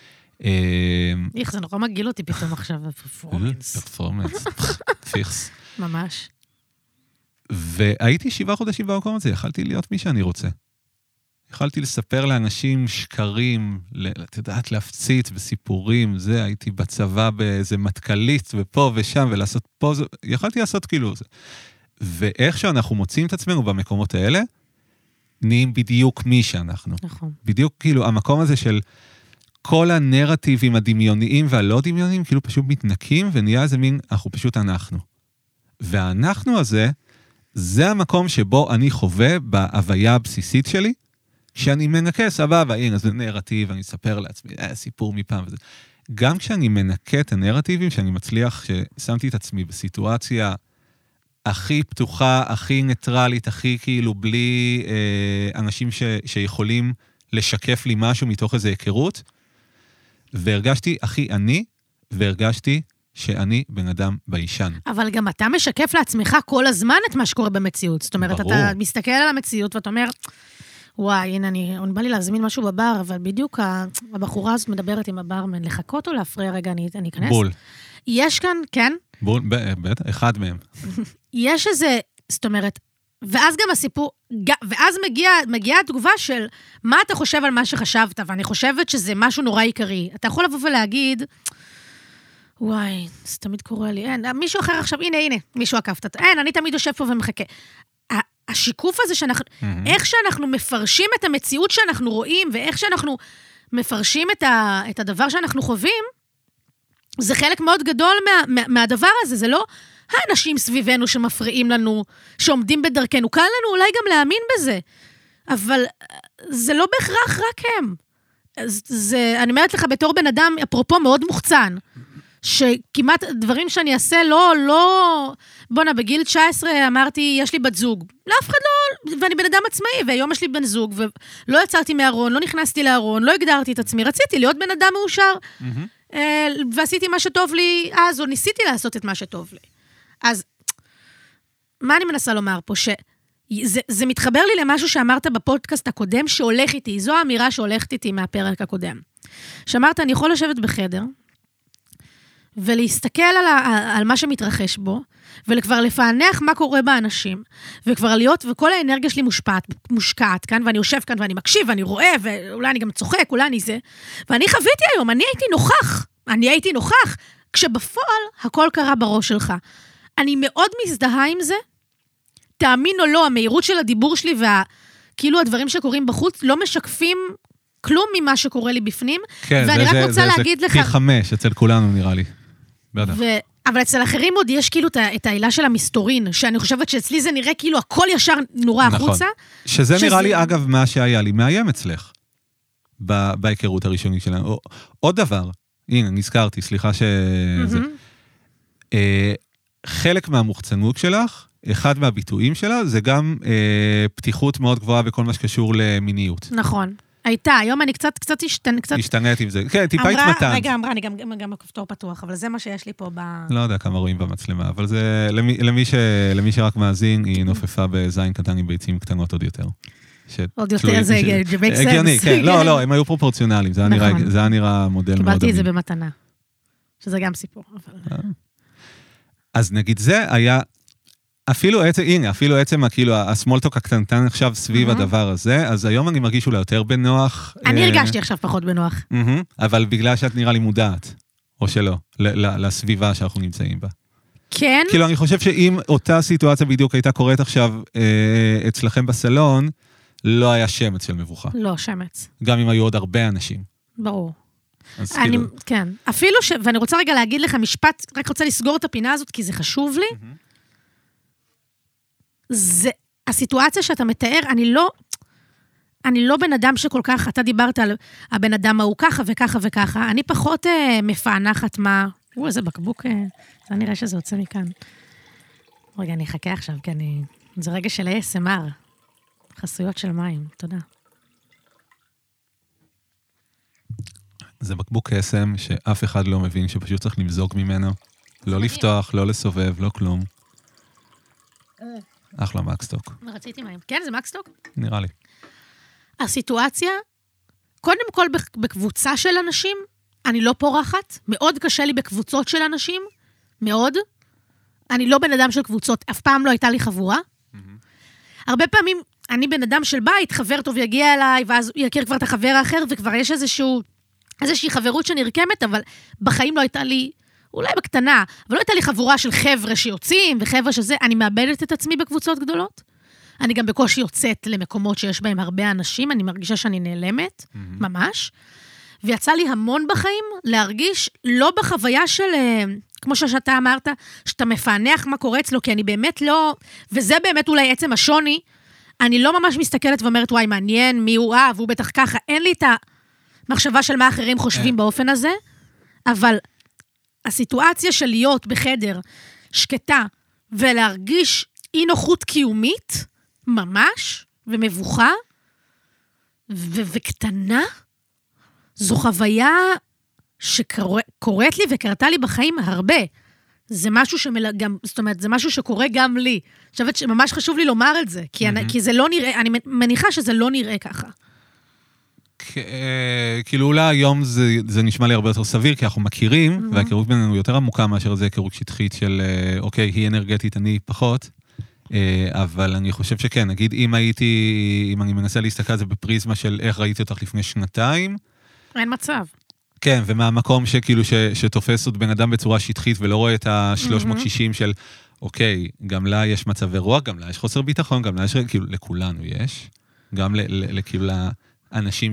איך, זה נורא מגיל אותי פתאום עכשיו, פרפורמנס. פרפורמנס, פיכס. ממש. והייתי 7 חודשים במקום הזה, יכלתי להיות מי שאני רוצה. יכלתי לספר לאנשים שקרים, את יודעת, להפציץ בסיפורים, זה, הייתי בצבא באיזה מתקלית, ופה ושם, ולעשות פה, יכלתי לעשות כאילו זה. ואיך שאנחנו מוצאים את עצמנו במקומות האלה, נהיים בדיוק מי שאנחנו. נכון. בדיוק כאילו, המקום הזה של כל הנרטיבים הדמיוניים והלא דמיוניים, כאילו פשוט מתנקים, ונהיה איזה מין, אנחנו פשוט אנחנו. והאנחנו הזה, זה המקום שבו אני חווה בהוויה הבסיסית שלי, שאני מנקה, סבבה, הנה, זה נרטיב, אני אספר לעצמי, סיפור מפעם וזה. גם כשאני מנקה את הנרטיבים, שאני מצליח, ששמתי את עצמי בסיטואציה הכי פתוחה, הכי ניטרלית, הכי כאילו בלי אנשים שיכולים לשקף לי משהו מתוך איזו היכרות, והרגשתי הכי אני, והרגשתי שאני בן אדם ביישן. אבל גם אתה משקף לעצמך כל הזמן את מה שקורה במציאות. זאת אומרת, ברור. אתה מסתכל על המציאות ואתה אומר, וואי, הנה, אני בא לי להזמין משהו בבר, אבל בדיוק הבחורה הזאת מדברת עם הברמן, לחכות או להפריע רגע, אני אכנס? בול. יש כאן, כן? בול, בטח, אחד מהם. יש איזה, זאת אומרת, ואז גם הסיפור, ואז מגיעה התגובה של, מה אתה חושב על מה שחשבת? ואני חושבת שזה משהו נורא עיקרי. אתה יכול לבוא ולהגיד, וואי, זה תמיד קורה לי, אין, מישהו אחר עכשיו, הנה, מישהו עקפת, אין, אני תמיד יושב פה ומחכה. השיקוף הזה שאנחנו, איך שאנחנו מפרשים את המציאות שאנחנו רואים, ואיך שאנחנו מפרשים את הדבר שאנחנו חווים, זה חלק מאוד גדול מהדבר הזה, זה לא האנשים סביבנו שמפריעים לנו, שעומדים בדרכנו, קל לנו אולי גם להאמין בזה, אבל זה לא בהכרח רק הם. אני אומרת לך בתור בן אדם, אפרופו מאוד מוחצן, שכמעט דברים שאני אעשה, בונה, בגיל 19 אמרתי, יש לי בת זוג. לאף אחד לא, ואני בן אדם עצמאי, והיום יש לי בן זוג, ולא יצרתי מהארון, לא נכנסתי לארון, לא הגדרתי את עצמי, רציתי להיות בן אדם מאושר, ועשיתי מה שטוב לי אז, או ניסיתי לעשות את מה שטוב לי. אז מה אני מנסה לומר פה? זה מתחבר לי למשהו שאמרת בפודקאסט הקודם, שהולך איתי, זו האמירה שהולכת איתי מהפרק הקודם. שאמרת, אני יכול לשבת בחדר, ולהסתכל על מה שמתרחש בו, וכבר לפענח מה קורה באנשים, וכבר להיות, וכל האנרגיה שלי מושקעת כאן, ואני יושב כאן, ואני מקשיב, ואני רואה, ואולי אני גם צוחק, אולי אני זה, ואני חוויתי היום, אני הייתי נוכח, כשבפועל הכל קרה בראש שלך. אני מאוד מזדהה עם זה, תאמין או לא, המהירות של הדיבור שלי, וכאילו הדברים שקורים בחוץ, לא משקפים כלום ממה שקורה לי בפנים, כן, ואני רק רוצה להגיד לך... זה פי 5 אצל כולנו נראה לי. אבל אצל אחרים עוד יש כאילו את העילה של המסתורין, שאני חושבת שאצלי זה נראה כאילו הכל ישר נורא החוצה. שזה נראה לי, אגב, מה שהיה לי מאיים אצלך, בהיכרות הראשונית שלנו. עוד דבר, הנה, נזכרתי, סליחה שזה... חלק מהמוחצנות שלך, אחד מהביטויים שלה, זה גם פתיחות מאוד גבוהה בכל מה שקשור למיניות. נכון. הייתה, היום אני קצת השתנית עם זה. כן, טיפה התמתנת. רגע, אמרה, אני גם הכפתור פתוח, אבל זה מה שיש לי פה לא יודע כמה רואים במצלמה, אבל זה, למי שרק מאזין, היא נופפה בזין קטן עם ביצים קטנות עוד יותר. עוד יותר זה הגיוני, כן. לא, הם היו פרופורציונליים, זה היה נראה מודל מאוד... קיבלתי את זה במתנה, שזה גם סיפור. אז נגיד זה היה... אפילו עצם, כאילו, הסמולטוק הקטנטן עכשיו סביב הדבר הזה, אז היום אני מרגיש אולי יותר בנוח. אני הרגשתי עכשיו פחות בנוח. אבל בגלל שאת נראה לי מודעת, או שלא, לסביבה שאנחנו נמצאים בה. כן. כאילו, אני חושב שאם אותה סיטואציה בדיוק הייתה קורית עכשיו אצלכם בסלון, לא היה שמץ של מבוכה. לא, שמץ. גם אם היו עוד הרבה אנשים. ברור. כן. אפילו ואני רוצה רגע להגיד לך משפט, רק רוצה לסגור את הפינה הזאת, כי זה חשוב לי. זה, הסיטואציה שאתה מתאר, אני לא בן אדם שכל כך, אתה דיברת על הבן אדם ההוא ככה וככה וככה, אני פחות מפענחת מה, איזה בקבוק, זה נראה שזה יוצא מכאן. רגע, אני אחכה עכשיו, כי זה רגע של ASMR, חסויות של מים, תודה. זה בקבוק קסם שאף אחד לא מבין, שפשוט צריך למזוג ממנו, לא לפתוח, לא לסובב, לא כלום. אחלה מקסטוק. רציתי מים. כן, זה מקסטוק? נראה לי. הסיטואציה, קודם כל בקבוצה של אנשים, אני לא פורחת, מאוד קשה לי בקבוצות של אנשים, מאוד. אני לא בן אדם של קבוצות, אף פעם לא הייתה לי חבורה. הרבה פעמים, אני בן אדם של בית, חבר טוב יגיע אליי, ואז הוא יכיר כבר את החבר האחר, וכבר יש איזושהי חברות שנרקמת, אבל בחיים לא הייתה לי... אולי בקטנה, אבל לא הייתה לי חבורה של חבר'ה שיוצאים, וחבר'ה שזה, אני מאבדת את עצמי בקבוצות גדולות. אני גם בקושי יוצאת למקומות שיש בהם הרבה אנשים, אני מרגישה שאני נעלמת, ממש. ויצא לי המון בחיים להרגיש לא בחוויה של, כמו שאתה אמרת, שאתה מפענח מה קורה אצלו, כי אני באמת לא, וזה באמת אולי עצם השוני, אני לא ממש מסתכלת ואומרת, וואי, מעניין, מי הוא אהב, הוא בטח ככה, אין לי את המחשבה של מה אחרים חושבים באופן הזה, אבל... הסיטואציה של להיות בחדר שקטה ולהרגיש אי נוחות קיומית, ממש, ומבוכה, וקטנה, זו חוויה שקורית לי וקרתה לי בחיים הרבה. זה משהו זאת אומרת, זה משהו שקורה גם לי. אני חושבת שממש חשוב לי לומר את זה, כי זה לא נראה, אני מניחה שזה לא נראה ככה. כאילו אולי היום זה נשמע לי הרבה יותר סביר, כי אנחנו מכירים, וההיכרות בינינו יותר עמוקה מאשר זה היכרות שטחית של, אוקיי, היא אנרגטית, אני פחות, אבל אני חושב שכן, נגיד אם אני מנסה להסתכל על זה בפריזמה של איך ראיתי אותך לפני שנתיים. אין מצב. כן, ומהמקום שכאילו שתופס עוד בן אדם בצורה שטחית, ולא רואה את ה-360 של, אוקיי, גם לה יש מצבי רוח, גם לה יש חוסר ביטחון, גם לה יש, כאילו, לכולנו יש, גם כאילו אנשים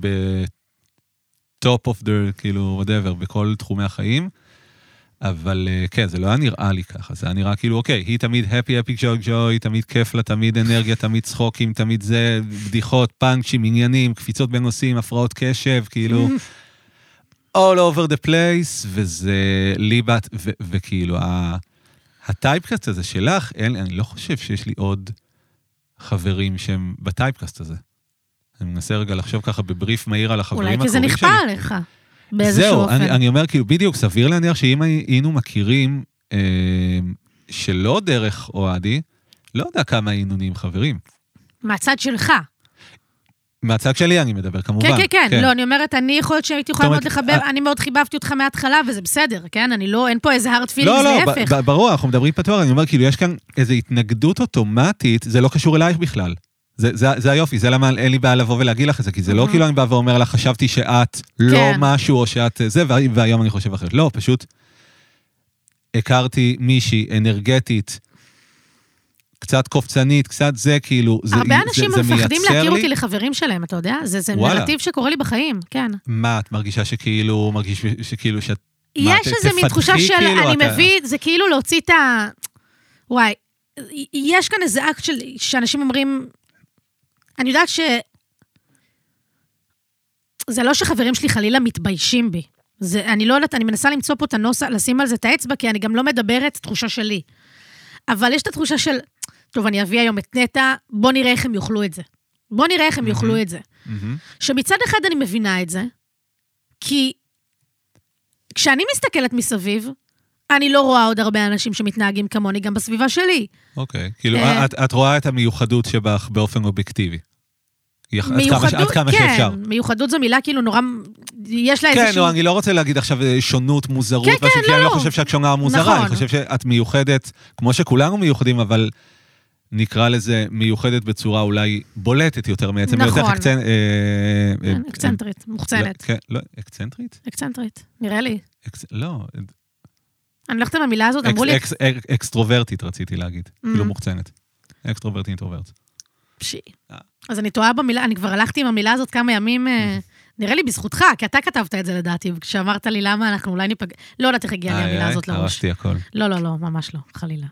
טופ אוף דר, כאילו, whatever, בכל תחומי החיים, אבל כן, זה לא היה נראה לי ככה, זה היה נראה כאילו, אוקיי, היא תמיד happy, joy, תמיד כיף לה, תמיד אנרגיה, תמיד צחוקים, תמיד זה, בדיחות, פאנצ'ים, עניינים, קפיצות בין נושאים, הפרעות קשב, כאילו, all over the place, וזה ליבת, וכאילו, הטייפקאסט הזה שלך, אני לא חושב שיש לי עוד חברים שהם בטייפקאסט הזה. אני מנסה רגע לחשוב ככה בבריף מהיר על החברים הקרובים שלי. אולי כי זה נכפה עליך, באיזשהו אופן. זהו, אני אומר, כאילו, בדיוק, סביר להניח שאם היינו מכירים שלא דרך אוהדי, לא יודע כמה היינו נהיים חברים. מהצד שלך. מהצד שלי אני מדבר, כמובן. כן. לא, אני אומרת, אני יכול להיות שהייתי יכולה מאוד לחבר, אני מאוד חיבבתי אותך מההתחלה, וזה בסדר, כן? אני לא, אין פה איזה hard feelings, להפך. לא, ברור, אנחנו מדברים פתוח, אני אומר, כאילו, יש כאן איזו התנגדות אוטומטית, זה לא קשור אלייך בכלל. זה היופי, זה למה אין לי בעיה לבוא ולהגיד לך את זה, כי זה לא כאילו אני בא ואומר לך, חשבתי שאת לא משהו, או שאת זה, והיום אני חושב אחרת. לא, פשוט הכרתי מישהי אנרגטית, קצת קופצנית, קצת זה, כאילו, זה מייצר לי... הרבה אנשים מפחדים להכיר אותי לחברים שלהם, אתה יודע? זה נרטיב שקורה לי בחיים, כן. מה, את מרגישה שכאילו, שאת... יש איזה מין תחושה של, אני מביא, זה כאילו להוציא את ה... וואי, יש כאן איזה אקט שאנשים אומרים, אני יודעת זה לא שחברים שלי חלילה מתביישים בי. אני לא יודעת, אני מנסה למצוא פה את הנוסע, לשים על זה את האצבע, כי אני גם לא מדברת תחושה שלי. אבל יש את התחושה של, טוב, אני אביא היום את נטע, בוא נראה איך הם יאכלו את זה. בוא נראה איך הם יאכלו את זה. שמצד אחד אני מבינה את זה, כי כשאני מסתכלת מסביב, אני לא רואה עוד הרבה אנשים שמתנהגים כמוני, גם בסביבה שלי. אוקיי, כאילו, את רואה את המיוחדות שבך באופן אובייקטיבי. מיוחדות, עד כמה שאפשר. כן, מיוחדות זו מילה כאילו נורא, יש לה איזשהו... כן, לא, אני לא רוצה להגיד עכשיו שונות, מוזרות, כי אני לא חושב שאת שונה מוזרה, אני חושב שאת מיוחדת, כמו שכולנו מיוחדים, אבל נקרא לזה מיוחדת בצורה אולי בולטת יותר, מעצם יותר אקצנטרית, מוחצנת. לא, אקצנטרית? אקצנטרית, נראה לי. לא. אני הולכת עם המילה הזאת, אמרו לי... אקסטרוברטית רציתי להגיד, כאילו מוחצנת. אקסטרוברטית, אינטרוברט. אז אני טועה במילה, אני כבר הלכתי עם המילה הזאת כמה ימים, נראה לי בזכותך, כי אתה כתבת את זה לדעתי, כשאמרת לי למה אנחנו אולי ניפגע, לא יודעת איך הגיעה לי המילה הזאת לראש. הרשתי הכל. לא, ממש לא, חלילה.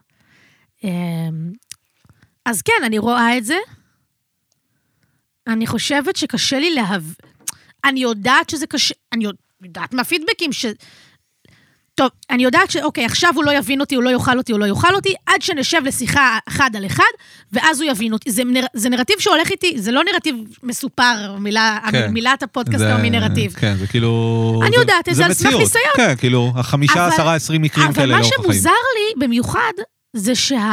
אז כן, אני רואה את זה, אני חושבת שקשה לי אני יודעת שזה קשה, אני יודעת מהפידבקים טוב, אני יודעת שאוקיי, עכשיו הוא לא יבין אותי, הוא לא יאכל אותי, עד שנשב לשיחה אחד על אחד, ואז הוא יבין אותי. זה נרטיב שהולך איתי, זה לא נרטיב מסופר, מילת הפודקאסט או מנרטיב. כן, זה כאילו... אני יודעת, זה על סמך ניסיון. כן, כאילו, 5, 10, 20 מקרים כאלה לאורך החיים. אבל מה שמוזר לי, במיוחד, זה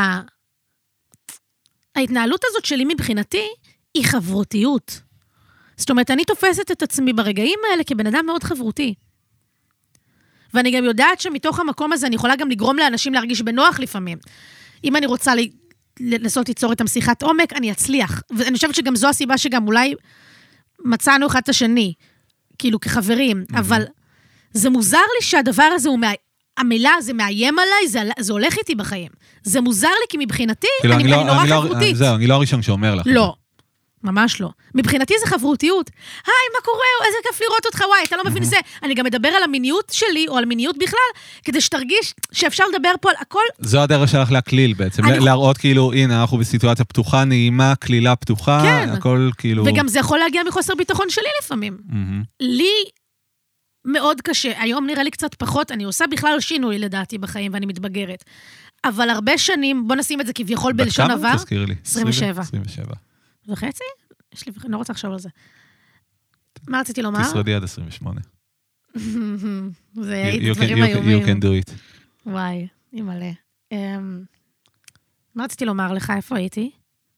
ההתנהלות הזאת שלי מבחינתי, היא חברותיות. זאת אומרת, אני תופסת את עצמי ברגעים האלה כבן אדם מאוד חברותי. ואני גם יודעת שמתוך המקום הזה אני יכולה גם לגרום לאנשים להרגיש בנוח לפעמים. אם אני רוצה לנסות ליצור איתם שיחת עומק, אני אצליח. ואני חושבת שגם זו הסיבה שגם אולי מצאנו אחד את השני, כאילו כחברים, אבל זה מוזר לי שהדבר הזה הוא, המילה זה מאיים עליי, זה הולך איתי בחיים. זה מוזר לי כי מבחינתי אני נורא חברותית. זהו, אני לא הראשון שאומר לך. לא. ממש לא. מבחינתי זה חברותיות. היי, מה קורה? איזה כיף לראות אותך, וואי, אתה לא מבין זה. אני גם מדבר על המיניות שלי, או על מיניות בכלל, כדי שתרגיש שאפשר לדבר פה על הכל. זו הדרך שלך להקליל בעצם, להראות כאילו, הנה, אנחנו בסיטואציה פתוחה, נעימה, קלילה פתוחה, הכל כאילו... וגם זה יכול להגיע מחוסר ביטחון שלי לפעמים. לי מאוד קשה, היום נראה לי קצת פחות, אני עושה בכלל שינוי לדעתי בחיים, ואני מתבגרת. אבל הרבה שנים, בוא נשים את זה כביכול בלשון עבר. 27. וחצי? יש לי, אני לא רוצה לחשוב על זה. מה רציתי לומר? תשרדי עד 28. זה הייתי דברים איומים. You can do it. וואי, היא מלא. מה רציתי לומר לך? איפה הייתי?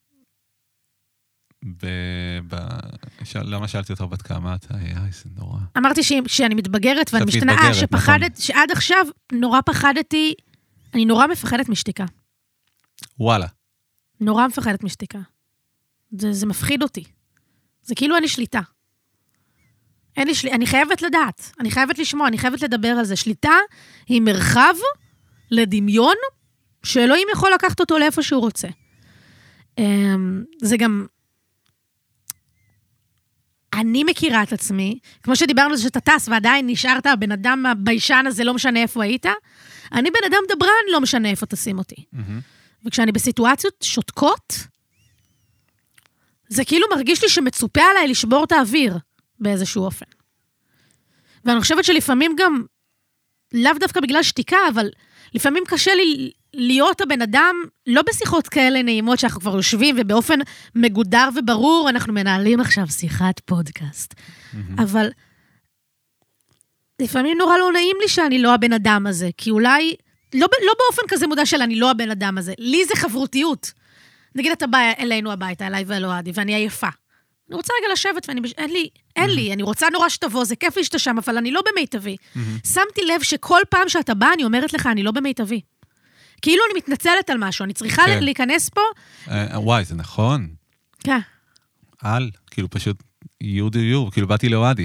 למה שאלתי אותך בת כמה? זה נורא. אמרתי שאני מתבגרת ואני משתנה, שעד עכשיו נורא פחדתי, אני נורא מפחדת משתיקה. וואלה. נורא מפחדת משתיקה. זה מפחיד אותי. זה כאילו אין לי שליטה. אני חייבת לדעת, אני חייבת לשמוע, אני חייבת לדבר על זה. שליטה היא מרחב לדמיון, שאלוהים יכול לקחת אותו לאיפה שהוא רוצה. זה גם... אני מכירה את עצמי, כמו שדיברנו על זה שאתה טס, ועדיין נשארת הבן אדם הביישן הזה, לא משנה איפה היית, אני בן אדם דברן, לא משנה איפה תשים אותי. וכשאני בסיטואציות שותקות, זה כאילו מרגיש לי שמצופה עליי לשבור את האוויר באיזשהו אופן. ואני חושבת שלפעמים גם, לאו דווקא בגלל שתיקה, אבל לפעמים קשה לי להיות הבן אדם, לא בשיחות כאלה נעימות שאנחנו כבר יושבים, ובאופן מגודר וברור, אנחנו מנהלים עכשיו שיחת פודקאסט. אבל לפעמים נורא לא נעים לי שאני לא הבן אדם הזה, כי אולי לא באופן כזה מודע של אני לא הבן אדם הזה. לי זה חברותיות. נגיד, אתה בא אלינו הביתה, אליי ואלוהדי, ואני עייפה. אני רוצה רגע לשבת, אין לי, אני רוצה נורא שתבוא, זה כיף לי שאתה שם, אבל אני לא במיטבי. שמתי לב שכל פעם שאתה בא, אני אומרת לך, אני לא במיטבי. כאילו אני מתנצלת על משהו, אני צריכה להיכנס פה. וואי, זה נכון. כן. כאילו פשוט, you, כאילו באתי לאוהדי.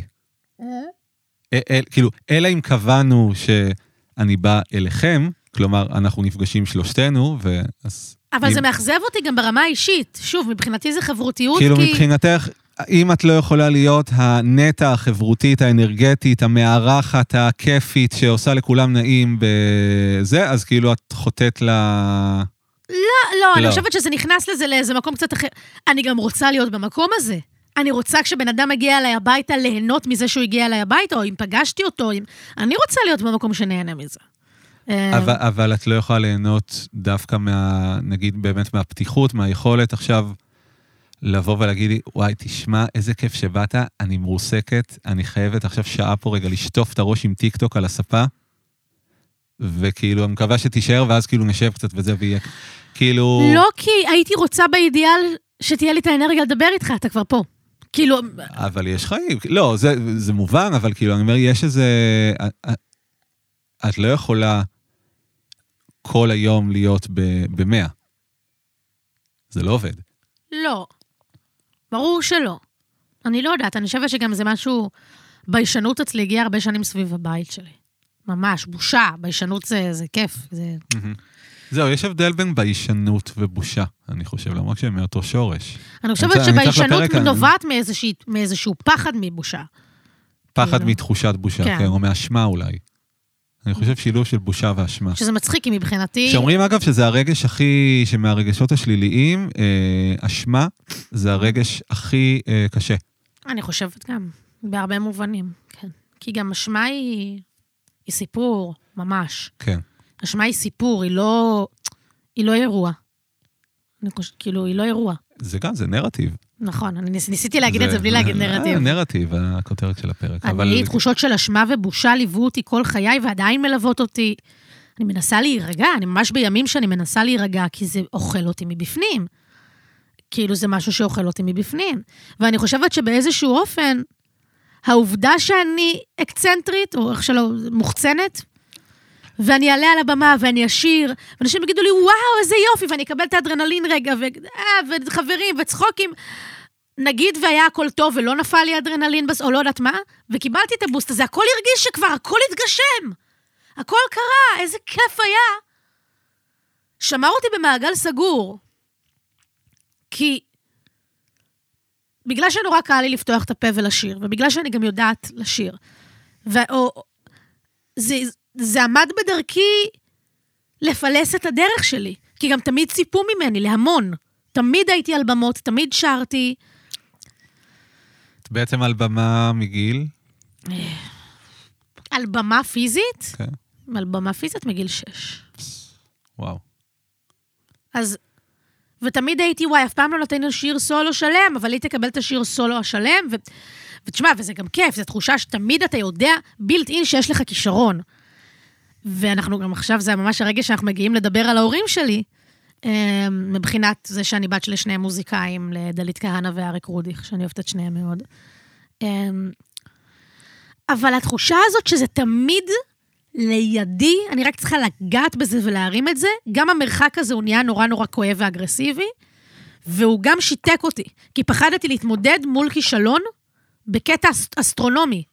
כאילו, אלא אם קבענו שאני בא אליכם, כלומר, אנחנו נפגשים שלושתנו, ואז... אבל זה מאכזב אותי גם ברמה האישית. שוב, מבחינתי זה חברותיות, כאילו, מבחינתך, אם את לא יכולה להיות הנטע החברותית, האנרגטית, המארחת, הכיפית, שעושה לכולם נעים בזה, אז כאילו את חוטאת לא, אני חושבת שזה נכנס לזה לאיזה מקום קצת אחר. אני גם רוצה להיות במקום הזה. אני רוצה כשבן אדם מגיע אליי הביתה, ליהנות מזה שהוא הגיע אליי הביתה, או אם פגשתי אותו, אני רוצה להיות במקום שנהנה מזה. אבל את לא יכולה ליהנות דווקא נגיד באמת מהפתיחות, מהיכולת עכשיו לבוא ולהגיד לי, וואי, תשמע, איזה כיף שבאת, אני מרוסקת, אני חייבת עכשיו שעה פה רגע לשטוף את הראש עם טיקטוק על הספה, וכאילו, אני מקווה שתישאר, ואז כאילו נשב קצת וזה ויהיה, כאילו... לא, כי הייתי רוצה באידיאל שתהיה לי את האנרגיה לדבר איתך, אתה כבר פה. כאילו... אבל יש חיים, לא, זה מובן, אבל כאילו, אני אומר, יש איזה... את לא יכולה כל היום להיות ב100. זה לא עובד. לא. ברור שלא. אני לא יודעת, אני חושבת שגם זה משהו... ביישנות אצלי הגיע הרבה שנים סביב הבית שלי. ממש, בושה. ביישנות זה כיף. זהו, יש הבדל בין ביישנות ובושה, אני חושב, למרות שהם מאותו שורש. אני חושבת שביישנות נובעת מאיזשהו פחד מבושה. פחד מתחושת בושה, כן, או מאשמה אולי. אני חושב שילוב של בושה ואשמה. שזה מצחיק, כי מבחינתי... שאומרים אגב שזה הרגש הכי, שמהרגשות השליליים, אשמה זה הרגש הכי קשה. אני חושבת גם, בהרבה מובנים, כן. כי גם אשמה היא סיפור, ממש. כן. אשמה היא סיפור, היא לא אירוע. כאילו, היא לא אירוע. זה גם, זה נרטיב. נכון, אני ניסיתי להגיד את זה בלי להגיד נרטיב. נרטיב, הכותרת של הפרק. אני, תחושות של אשמה ובושה ליוו אותי כל חיי, ועדיין מלוות אותי. אני מנסה להירגע, אני ממש בימים שאני מנסה להירגע, כי זה אוכל אותי מבפנים. כאילו זה משהו שאוכל אותי מבפנים. ואני חושבת שבאיזשהו אופן, העובדה שאני אקצנטרית, או איך שלא, מוחצנת, ואני אעלה על הבמה, ואני אשיר, ואנשים יגידו לי, וואו, איזה יופי, ואני אקבל את האדרנלין רגע, וחברים, וצחוקים. נגיד והיה הכל טוב, ולא נפל לי אדרנלין, או לא יודעת מה, וקיבלתי את הבוסט הזה, הכל הרגיש שכבר, הכל התגשם. הכל קרה, איזה כיף היה. שמר אותי במעגל סגור. כי, בגלל שנורא קל לי לפתוח את הפה ולשיר, ובגלל שאני גם יודעת לשיר, זה עמד בדרכי לפלס את הדרך שלי, כי גם תמיד ציפו ממני, להמון. תמיד הייתי על במות, תמיד שרתי. את בעצם על במה מגיל? על במה פיזית? כן. על במה פיזית מגיל 6. וואו. אז, ותמיד הייתי, וואי, אף פעם לא נתן שיר סולו שלם, אבל היא תקבל את השיר סולו השלם, ותשמע, וזה גם כיף, זו תחושה שתמיד אתה יודע, בילט אין שיש לך כישרון. ואנחנו גם עכשיו, זה ממש הרגע שאנחנו מגיעים לדבר על ההורים שלי, מבחינת זה שאני בת של שני מוזיקאים, לדלית כהנה ואריק רודיך, שאני אוהבת את שניהם מאוד. אבל התחושה הזאת שזה תמיד לידי, אני רק צריכה לגעת בזה ולהרים את זה, גם המרחק הזה הוא נהיה נורא נורא כואב ואגרסיבי, והוא גם שיתק אותי, כי פחדתי להתמודד מול כישלון, בקטע אסטרונומי.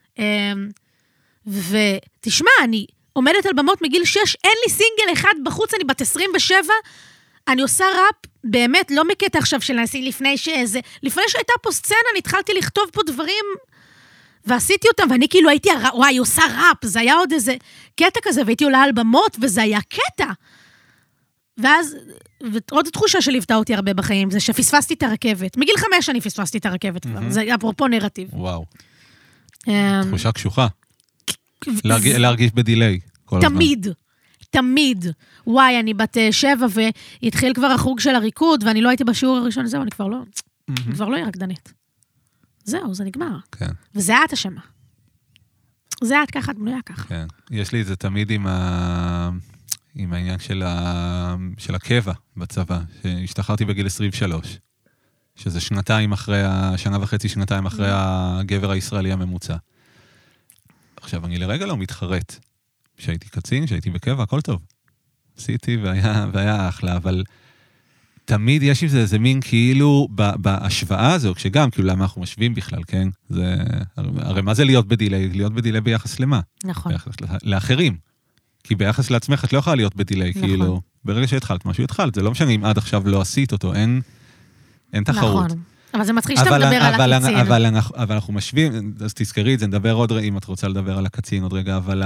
ותשמע, אני עומדת על במות מגיל 6, אין לי סינגל אחד בחוץ, אני בת 27, אני עושה ראפ, באמת, לא מקטע עכשיו של נעשי לפני שהייתה פה סצנה, אני התחלתי לכתוב פה דברים, ועשיתי אותם, ואני כאילו הייתי, וואי, עושה ראפ, זה היה עוד איזה קטע כזה, והייתי עולה על במות, וזה היה קטע. ואז, ועוד תחושה שליוותה אותי הרבה בחיים, זה שפספסתי את הרכבת. מגיל 5 אני פספסתי את הרכבת כבר, זה אפרופו נרטיב. וואו. תחושה קשוחה. להרגיש בדיליי. תמיד. וואי, אני בת 7, והתחיל כבר החוג של הריקוד, ואני לא הייתי בשיעור הראשון, זהו, אני כבר לא רקדנית. זהו, זה נגמר. כן. וזה את השמה. זה את ככה, את בנויה ככה. כן. יש לי את זה תמיד עם עם העניין של הקבע בצבא, שהשתחררתי בגיל 23, שזה שנתיים אחרי, שנה וחצי, שנתיים אחרי הגבר הישראלי הממוצע. עכשיו, אני לרגע לא מתחרט. שהייתי קצין, שהייתי בקבע, הכל טוב. עשיתי והיה אחלה, אבל תמיד יש עם זה איזה מין כאילו, בהשוואה הזו, כשגם, כאילו למה אנחנו משווים בכלל, כן? זה, הרי מה זה להיות בדילי? להיות בדילי ביחס למה? נכון. ביחס לאחרים. כי ביחס לעצמך את לא יכולה להיות בדילי, נכון. כאילו, ברגע שהתחלת משהו, התחלת. זה לא משנה אם עד עכשיו לא עשית אותו, אין תחרות. נכון. אבל זה מצחיק שאתה מדבר על הקצין. אבל אנחנו משווים, אז תזכרי את זה, נדבר עוד רגע, אם את רוצה לדבר על הקצין עוד רגע, אבל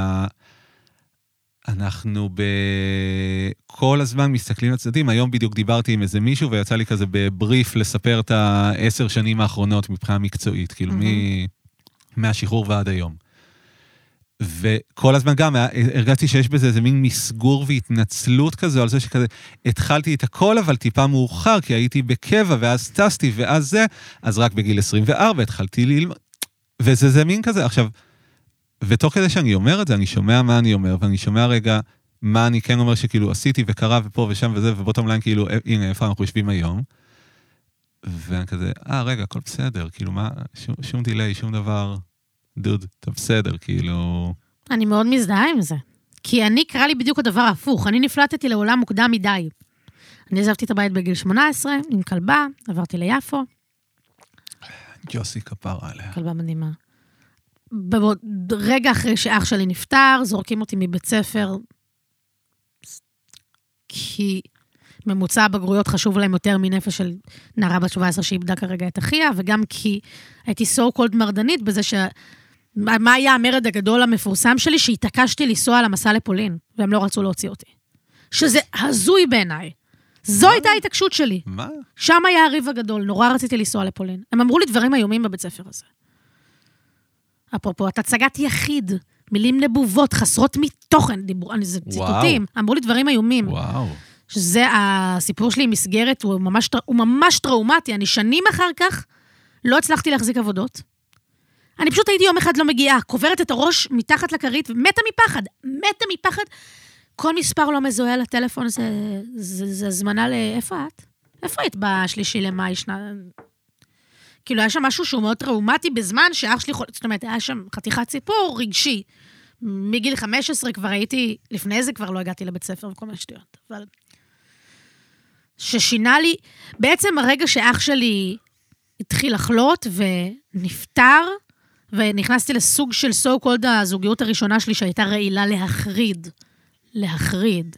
אנחנו כל הזמן מסתכלים לצדדים, היום בדיוק דיברתי עם איזה מישהו, ויצא לי כזה בבריף לספר את 10 שנים האחרונות מבחינה מקצועית, כאילו מהשחרור ועד היום. וכל הזמן גם הרגשתי שיש בזה איזה מין מסגור והתנצלות כזו, על זה שכזה התחלתי את הכל, אבל טיפה מאוחר, כי הייתי בקבע, ואז טסתי, ואז זה, אז רק בגיל 24 התחלתי ללמוד, וזה מין כזה. עכשיו, ותוך כדי שאני אומר את זה, אני שומע מה אני אומר, ואני שומע רגע מה אני כן אומר שכאילו עשיתי וקרה ופה ושם וזה, ובוטום ליין כאילו, הנה, איפה אנחנו יושבים היום? ואני כזה, רגע, הכל בסדר, כאילו מה, שום דילי, שום דבר, דוד, אתה בסדר, כאילו... אני מאוד מזדהה עם זה. כי אני קרא לי בדיוק הדבר ההפוך, אני נפלטתי לעולם מוקדם מדי. אני עזבתי את הבית בגיל 18, עם כלבה, עברתי ליפו. ג'וסי כפרה עליה. כלבה מדהימה. רגע אחרי שאח שלי נפטר, זורקים אותי מבית ספר, כי ממוצע הבגרויות חשוב להם יותר מנפש של נערה בת 17 שאיבדה כרגע את אחיה, וגם כי הייתי so called מרדנית בזה מה היה המרד הגדול המפורסם שלי, שהתעקשתי לנסוע למסע לפולין, והם לא רצו להוציא אותי. שזה הזוי בעיניי. זו הייתה ההתעקשות שלי. מה? שם היה הריב הגדול, נורא רציתי לנסוע לפולין. הם אמרו לי דברים איומים בבית ספר הזה. אפרופו, את הצגת יחיד, מילים נבובות, חסרות מתוכן, זה ציטוטים, אמרו לי דברים איומים. וואו. שזה הסיפור שלי עם מסגרת, הוא ממש טראומטי, אני שנים אחר כך לא הצלחתי להחזיק עבודות. אני פשוט הייתי יום אחד לא מגיעה, קוברת את הראש מתחת לכרית, ומתה מפחד. כל מספר לא מזוהה לטלפון, זה הזמנה איפה את? איפה היית בשלישי למאי כאילו היה שם משהו שהוא מאוד טראומטי בזמן שאח שלי זאת אומרת, היה שם חתיכת סיפור רגשי. מגיל 15 כבר הייתי, לפני זה כבר לא הגעתי לבית ספר וכל מיני שטויות, אבל ששינה לי, בעצם הרגע שאח שלי התחיל לחלות ונפטר, ונכנסתי לסוג של so called הזוגיות הראשונה שלי שהייתה רעילה להחריד.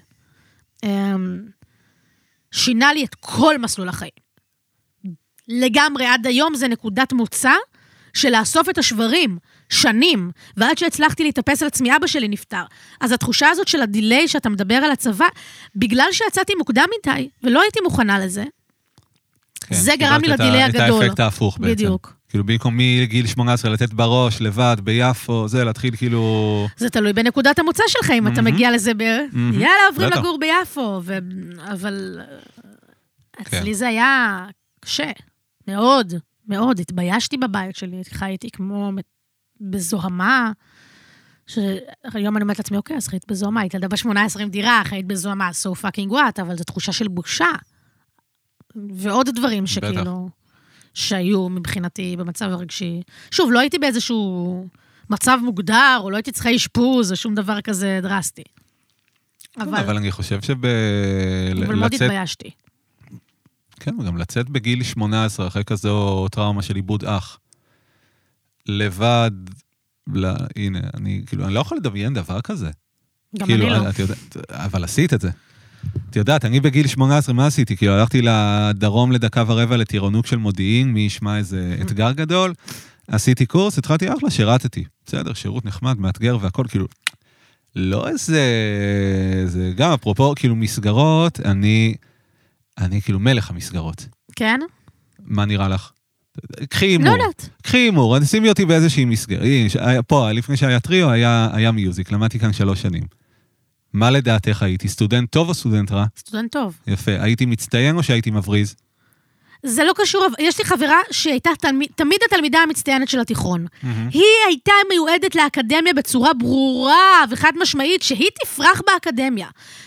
שינה לי את כל מסלול החיים. לגמרי, עד היום זה נקודת מוצא של לאסוף את השברים, שנים, ועד שהצלחתי להתאפס על עצמי, אבא שלי נפטר. אז התחושה הזאת של הדילי שאתה מדבר על הצבא, בגלל שיצאתי מוקדם מדי, ולא הייתי מוכנה לזה, כן, זה גרם לי לדילי הגדול. את האפקט ההפוך בעצם. בדיוק. כאילו במקום מגיל 18 לתת בראש, לבד, ביפו, זה להתחיל כאילו... זה תלוי בנקודת המוצא שלך, אם אתה מגיע לזה יאללה, עוברים לגור ביפו, אבל אצלי זה היה קשה, מאוד, מאוד. התביישתי בבית שלי, חייתי כמו בזוהמה, שהיום אני אומרת לעצמי, אוקיי, אז חיית בזוהמה, היית ילדה ב-18 עם דירה, חיית בזוהמה, so fucking what, אבל זו תחושה של בושה. ועוד דברים שכאילו... שהיו מבחינתי במצב הרגשי. שוב, לא הייתי באיזשהו מצב מוגדר, או לא הייתי צריכה אשפוז, או שום דבר כזה דרסטי. אבל אני חושב אבל מאוד התביישתי. כן, גם לצאת בגיל 18, אחרי כזו טראומה של איבוד אח, לבד, הנה, אני לא יכול לדמיין דבר כזה. גם אני לא. אבל עשית את זה. את יודעת, אני בגיל 18, מה עשיתי? כאילו, הלכתי לדרום לדקה ורבע לטירונוק של מודיעין, מי ישמע איזה אתגר גדול, עשיתי קורס, התחלתי אחלה, שירתתי. בסדר, שירות נחמד, מאתגר והכל, כאילו, לא איזה, זה גם אפרופו, כאילו, מסגרות, אני כאילו מלך המסגרות. כן? מה נראה לך? קחי אימור. לא יודעת. קחי אימור, שימי אותי באיזושהי מסגרת. פה, לפני שהיה טריו, היה מיוזיק, למדתי כאן 3 שנים. מה לדעתך הייתי? סטודנט טוב או סטודנט רע? סטודנט טוב. יפה. הייתי מצטיין או שהייתי מבריז? זה לא קשור, יש לי חברה שהייתה תמיד התלמידה המצטיינת של התיכון. היא הייתה מיועדת לאקדמיה בצורה ברורה וחד משמעית, שהיא תפרח באקדמיה.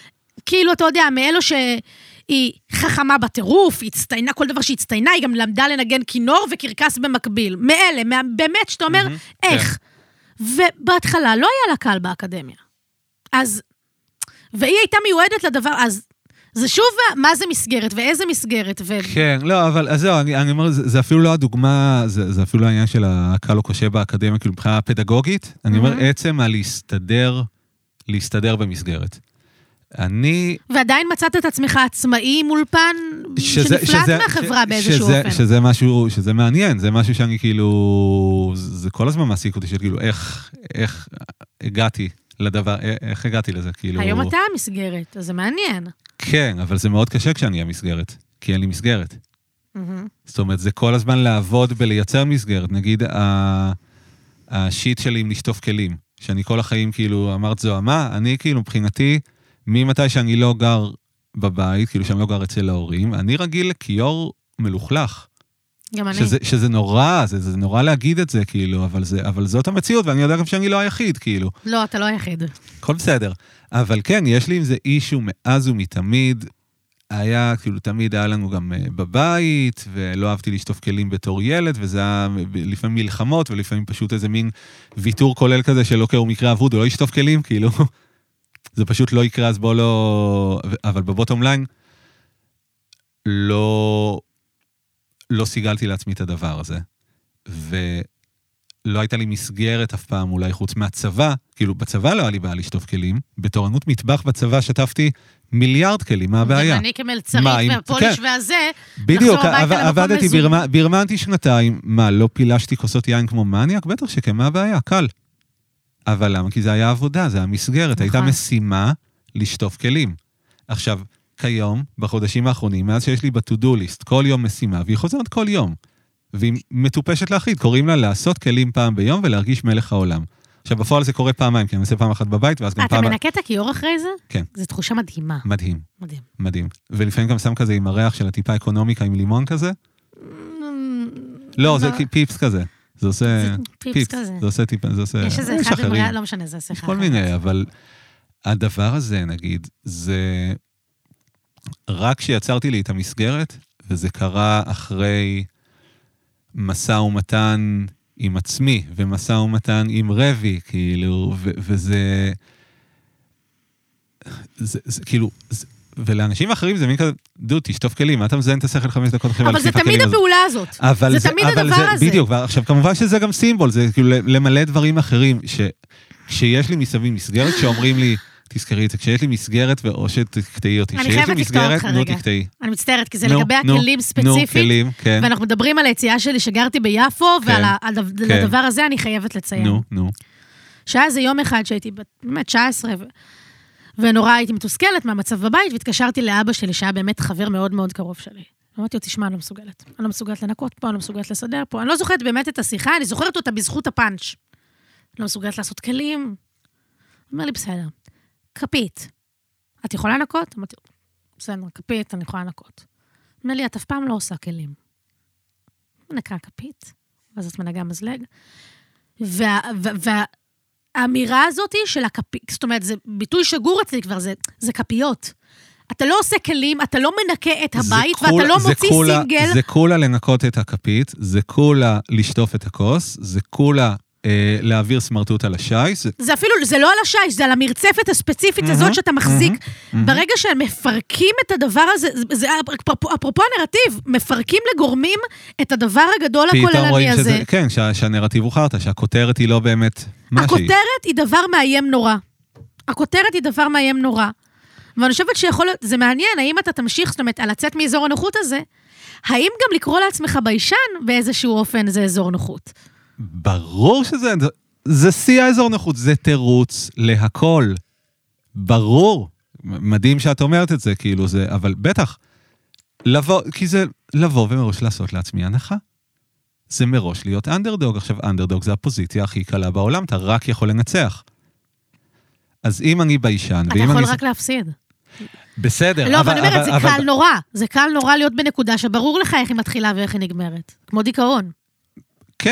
כאילו, אתה יודע, מאלו שהיא חכמה בטירוף, היא הצטיינה, כל דבר שהיא הצטיינה, היא גם למדה לנגן כינור וקרקס במקביל. מאלה, באמת שאתה אומר, איך? ובהתחלה לא היה לה קל באקדמיה. אז, והיא הייתה מיועדת לדבר, אז זה שוב, מה זה מסגרת ואיזה מסגרת. כן, לא, אבל אז זהו, אני אומר, זה אפילו לא הדוגמה, זה אפילו לא העניין של הקל או קשה באקדמיה, כאילו מבחינה פדגוגית, אני אומר, עצם על להסתדר במסגרת. ועדיין מצאת את עצמך עצמאי מול פן שנפלט מהחברה באיזשהו אופן. שזה משהו, שזה מעניין, זה משהו שאני כאילו, זה כל הזמן מעסיק אותי, שכאילו, איך הגעתי לדבר, איך הגעתי לזה, כאילו... היום אתה המסגרת, אז זה מעניין. כן, אבל זה מאוד קשה כשאני המסגרת, כי אין לי מסגרת. זאת אומרת, זה כל הזמן לעבוד בלייצר מסגרת. נגיד, השיט שלי עם לשטוף כלים, שאני כל החיים כאילו אמרת זו, מה? אני כאילו מבחינתי, ממתי שאני לא גר בבית, כאילו שאני לא גר אצל ההורים, אני רגיל לכיור מלוכלך. גם אני. שזה נורא, זה נורא להגיד את זה, כאילו, אבל זאת המציאות, ואני יודע גם שאני לא היחיד, כאילו. לא, אתה לא היחיד. הכל בסדר. אבל כן, יש לי עם זה אישו מאז ומתמיד, היה, כאילו, תמיד היה לנו גם בבית, ולא אהבתי לשטוף כלים בתור ילד, וזה היה לפעמים מלחמות, ולפעמים פשוט איזה מין ויתור כולל כזה, של אוקיי, הוא מקרה אבוד, הוא לא ישטוף כלים, כאילו, זה פשוט לא יקרה, אז בוא לא... אבל בבוטום ליין, לא סיגלתי לעצמי את הדבר הזה, ולא הייתה לי מסגרת אף פעם, אולי חוץ מהצבא, כאילו בצבא לא היה לי בעיה לשטוף כלים, בתורנות מטבח בצבא שטפתי מיליארד כלים, מה הבעיה? אני כמלצרית והפוליש והזה, בדיוק, עבדתי, ברמנתי שנתיים, מה, לא פילשתי כוסות יין כמו מניאק? בטח שכן, מה הבעיה? קל. אבל למה? כי זה היה עבודה, זה היה מסגרת, הייתה משימה לשטוף כלים. עכשיו, כיום, בחודשים האחרונים, מאז שיש לי ב-to-do list, כל יום משימה, והיא חוזרת כל יום, והיא מטופשת להחליט, קוראים לה לעשות כלים פעם ביום ולהרגיש מלך העולם. עכשיו, בפועל זה קורה פעמיים, כי אני עושה פעם אחת בבית, ואז גם פעם... אתה מנקה את הכיור אחרי זה? כן. זו תחושה מדהימה. מדהים. מדהים. ולפעמים גם שם כזה עם הריח של הטיפה אקונומיקה עם לימון כזה. לא, זה פיפס כזה. זה עושה... פיפס כזה. זה עושה טיפה, זה עושה... יש איזה אחד במראה, לא משנה, זה עושה אחד. כל מיני, אבל הדבר הזה, נגיד, זה... רק שיצרתי לי את המסגרת, וזה קרה אחרי מסע ומתן עם עצמי, ומסע ומתן עם רבי, כאילו, וזה... זה כאילו... ולאנשים אחרים זה מין כזה, דוד, תשטוף כלים, מה אתה מזיין את השכל 5 דקות אחרי? אבל זה תמיד הפעולה הזאת. זה תמיד הדבר הזה. בדיוק, עכשיו כמובן שזה גם סימבול, זה כאילו למלא דברים אחרים, שיש לי מסביב מסגרת, שאומרים לי, תזכרי את זה, כשיש לי מסגרת, או שתקטעי אותי, כשיש לי מסגרת, נו תקטעי. אני מצטערת, כי זה לגבי הכלים ספציפית, ואנחנו מדברים על היציאה שלי שגרתי ביפו, ועל הדבר הזה אני חייבת לציין. נו. שהיה זה יום אחד שהייתי באמת 19, ונורא הייתי מתוסכלת מהמצב בבית, והתקשרתי לאבא שלי, שהיה באמת חבר מאוד מאוד קרוב שלי. אמרתי לו, תשמע, אני לא מסוגלת. אני לא מסוגלת לנקות פה, אני לא מסוגלת לסדר פה. אני לא זוכרת באמת את השיחה, אני זוכרת אותה בזכות הפאנץ'. אני לא מסוגלת לעשות כלים. הוא אומר לי, בסדר. כפית. את יכולה לנקות? אמרתי, בסדר, כפית, אני יכולה לנקות. אומר לי, את אף פעם לא עושה כלים. נקרא כפית, ואז את מנגה מזלג. האמירה הזאת של הכפית, זאת אומרת, זה ביטוי שגור אצלי כבר, זה כפיות. אתה לא עושה כלים, אתה לא מנקה את הבית, ואתה לא מוציא סינגל. זה כולה לנקות את הכפית, זה כולה לשטוף את הכוס, זה כולה להעביר סמרטוט על השייס. זה אפילו, זה לא על השייס, זה על המרצפת הספציפית הזאת שאתה מחזיק. ברגע שהם מפרקים את הדבר הזה, זה אפרופו הנרטיב, מפרקים לגורמים את הדבר הגדול הכוללני הזה. כן, שהנרטיב הוא חרטה, שהכותרת היא לא באמת משהי. הכותרת היא דבר מאיים נורא. הכותרת היא דבר מאיים נורא. ואני חושבת שיכול להיות, זה מעניין, האם אתה תמשיך, זאת אומרת, על לצאת מאזור הנוחות הזה, האם גם לקרוא לעצמך ביישן באיזשהו אופן זה אזור נוחות? ברור זה שיא האזור נוחות, זה תירוץ להכל. ברור. מדהים שאת אומרת את זה, כאילו זה, אבל בטח, כי זה לבוא ומראש לעשות לעצמי הנחה. זה מראש להיות אנדרדוג. עכשיו, אנדרדוג זה הפוזיציה הכי קלה בעולם, אתה רק יכול לנצח. אז אם אני ביישן... אתה יכול רק להפסיד. בסדר. לא, אבל אני אומרת, זה קל נורא. זה קל נורא להיות בנקודה שברור לך איך היא מתחילה ואיך היא נגמרת. כמו דיכאון. כן.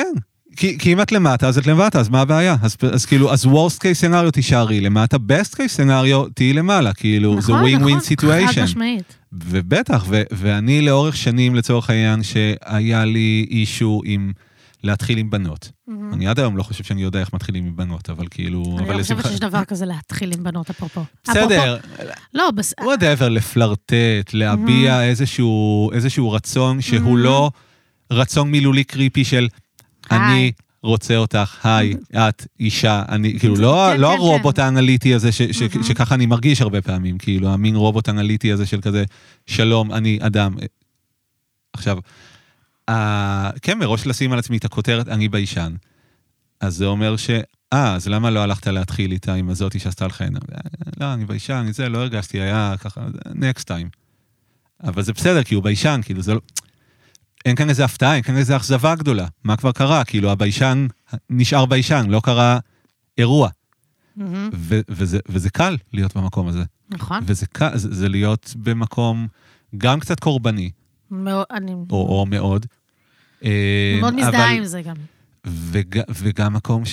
כי אם את למטה, אז את למטה, אז מה הבעיה? אז כאילו, אז worst case scenario תישארי למטה, best case scenario תהי למעלה, כאילו, זה win-win situation. חד משמעית. ובטח, ואני לאורך שנים, לצורך העניין, שהיה לי אישו עם להתחיל עם בנות. אני עד היום לא חושב שאני יודע איך מתחילים עם בנות, אבל כאילו... אני לא חושבת שיש דבר כזה להתחיל עם בנות, אפרופו. בסדר. לא, whatever, לפלרטט, להביע איזשהו רצון שהוא לא רצון מילולי קריפי של אני רוצה אותך, היי, את אישה, אני, כאילו, לא הרובוט האנליטי הזה שככה אני מרגיש הרבה פעמים, כאילו, המין רובוט האנליטי הזה של כזה, שלום, אני אדם. עכשיו, כן, מראש לשים על עצמי את הכותרת, אני ביישן. אז זה אומר אז למה לא הלכת להתחיל איתה עם הזאתי שעשתה לך עינה? לא, אני ביישן, אני זה, לא הרגשתי, היה ככה, next time. אבל זה בסדר, כי הוא ביישן, כאילו, זה לא... אין כאן איזה הפתעה, אין כאן איזה אכזבה גדולה. מה כבר קרה? כאילו, הביישן נשאר ביישן, לא קרה אירוע. וזה קל להיות במקום הזה. נכון. וזה קל, זה להיות במקום גם קצת קורבני. או מאוד. מאוד מזדהה עם זה גם. וגם מקום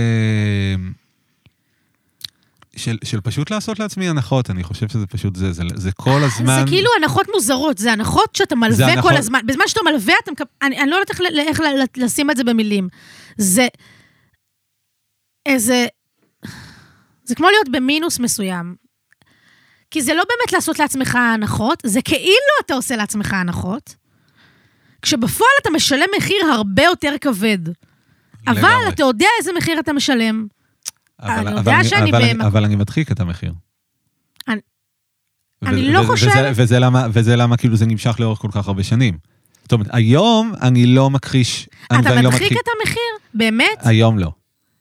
של פשוט לעשות לעצמי הנחות, אני חושב שזה פשוט זה כל הזמן... זה כאילו הנחות מוזרות, זה הנחות שאתה מלווה כל הזמן, בזמן שאתה מלווה, אני לא יודעת איך לשים את זה במילים, זה כמו להיות במינוס מסוים, כי זה לא באמת לעשות לעצמך הנחות, זה כאילו אתה עושה לעצמך הנחות, כשבפועל אתה משלם מחיר הרבה יותר כבד, אבל אתה יודע איזה מחיר אתה משלם, אבל אני מדחיק את המחיר. אני לא חושבת... וזה למה כאילו זה נמשך לאורך כל כך הרבה שנים. זאת אומרת, היום אני לא מכחיש... אתה מדחיק את המחיר? באמת? היום לא.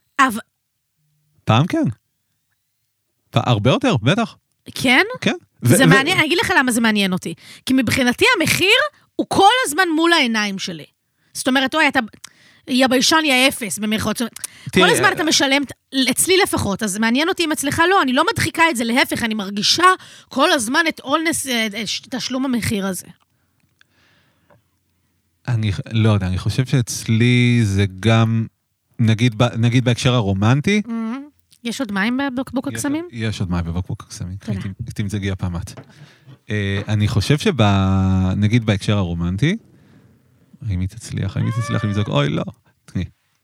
פעם כן. הרבה יותר, בטח. כן? כן. זה מעניין, אני אגיד לך למה זה מעניין אותי. כי מבחינתי המחיר הוא כל הזמן מול העיניים שלי. זאת אומרת, אוי, אתה... יא ביישן, יא אפס, במרכאות. כל הזמן אתה משלם, אצלי לפחות, אז מעניין אותי אם אצלך לא, אני לא מדחיקה את זה, להפך, אני מרגישה כל הזמן את אולנס, תשלום המחיר הזה. אני לא יודע, אני חושב שאצלי זה גם, נגיד בהקשר הרומנטי. יש עוד מים בבקבוק הקסמים? יש עוד מים בבקבוק הקסמים. הייתי מזגיע פעמת. אני חושב נגיד בהקשר הרומנטי, האם היא תצליח למזוג, אוי, לא. תני.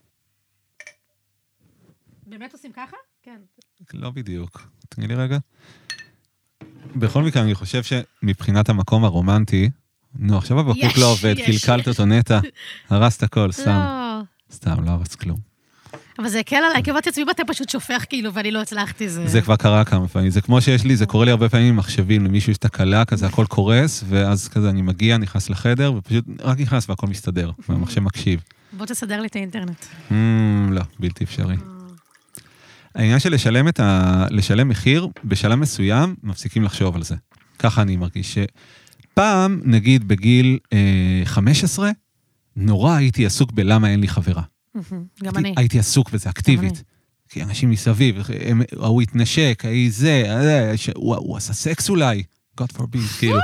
באמת עושים ככה? כן. לא בדיוק. תני לי רגע. בכל מקרה, אני חושב שמבחינת המקום הרומנטי, עכשיו הבקבוק לא עובד, קלקלת אותו נטע, הרסת הכל, סתם, לא הרס כלום. אבל זה הקל עליי, קבעתי עצמי אתה פשוט שופך כאילו, ואני לא הצלחתי זה. זה כבר קרה כמה פעמים, זה כמו שיש לי, זה קורה לי הרבה פעמים עם מחשבים, למישהו יש תקלה, כזה הכל קורס, ואז כזה אני מגיע, נכנס לחדר, ופשוט רק נכנס והכל מסתדר, והמחשב מקשיב. בוא תסדר לי את האינטרנט. לא, בלתי אפשרי. העניין של לשלם מחיר, בשלב מסוים, מפסיקים לחשוב על זה. ככה אני מרגיש שפעם, נגיד בגיל 15, נורא הייתי עסוק בלמה אין לי חברה. גם אני. הייתי עסוק בזה, אקטיבית. כי אנשים מסביב, הוא התנשק, הוא עשה סקס אולי, God forbid, כאילו.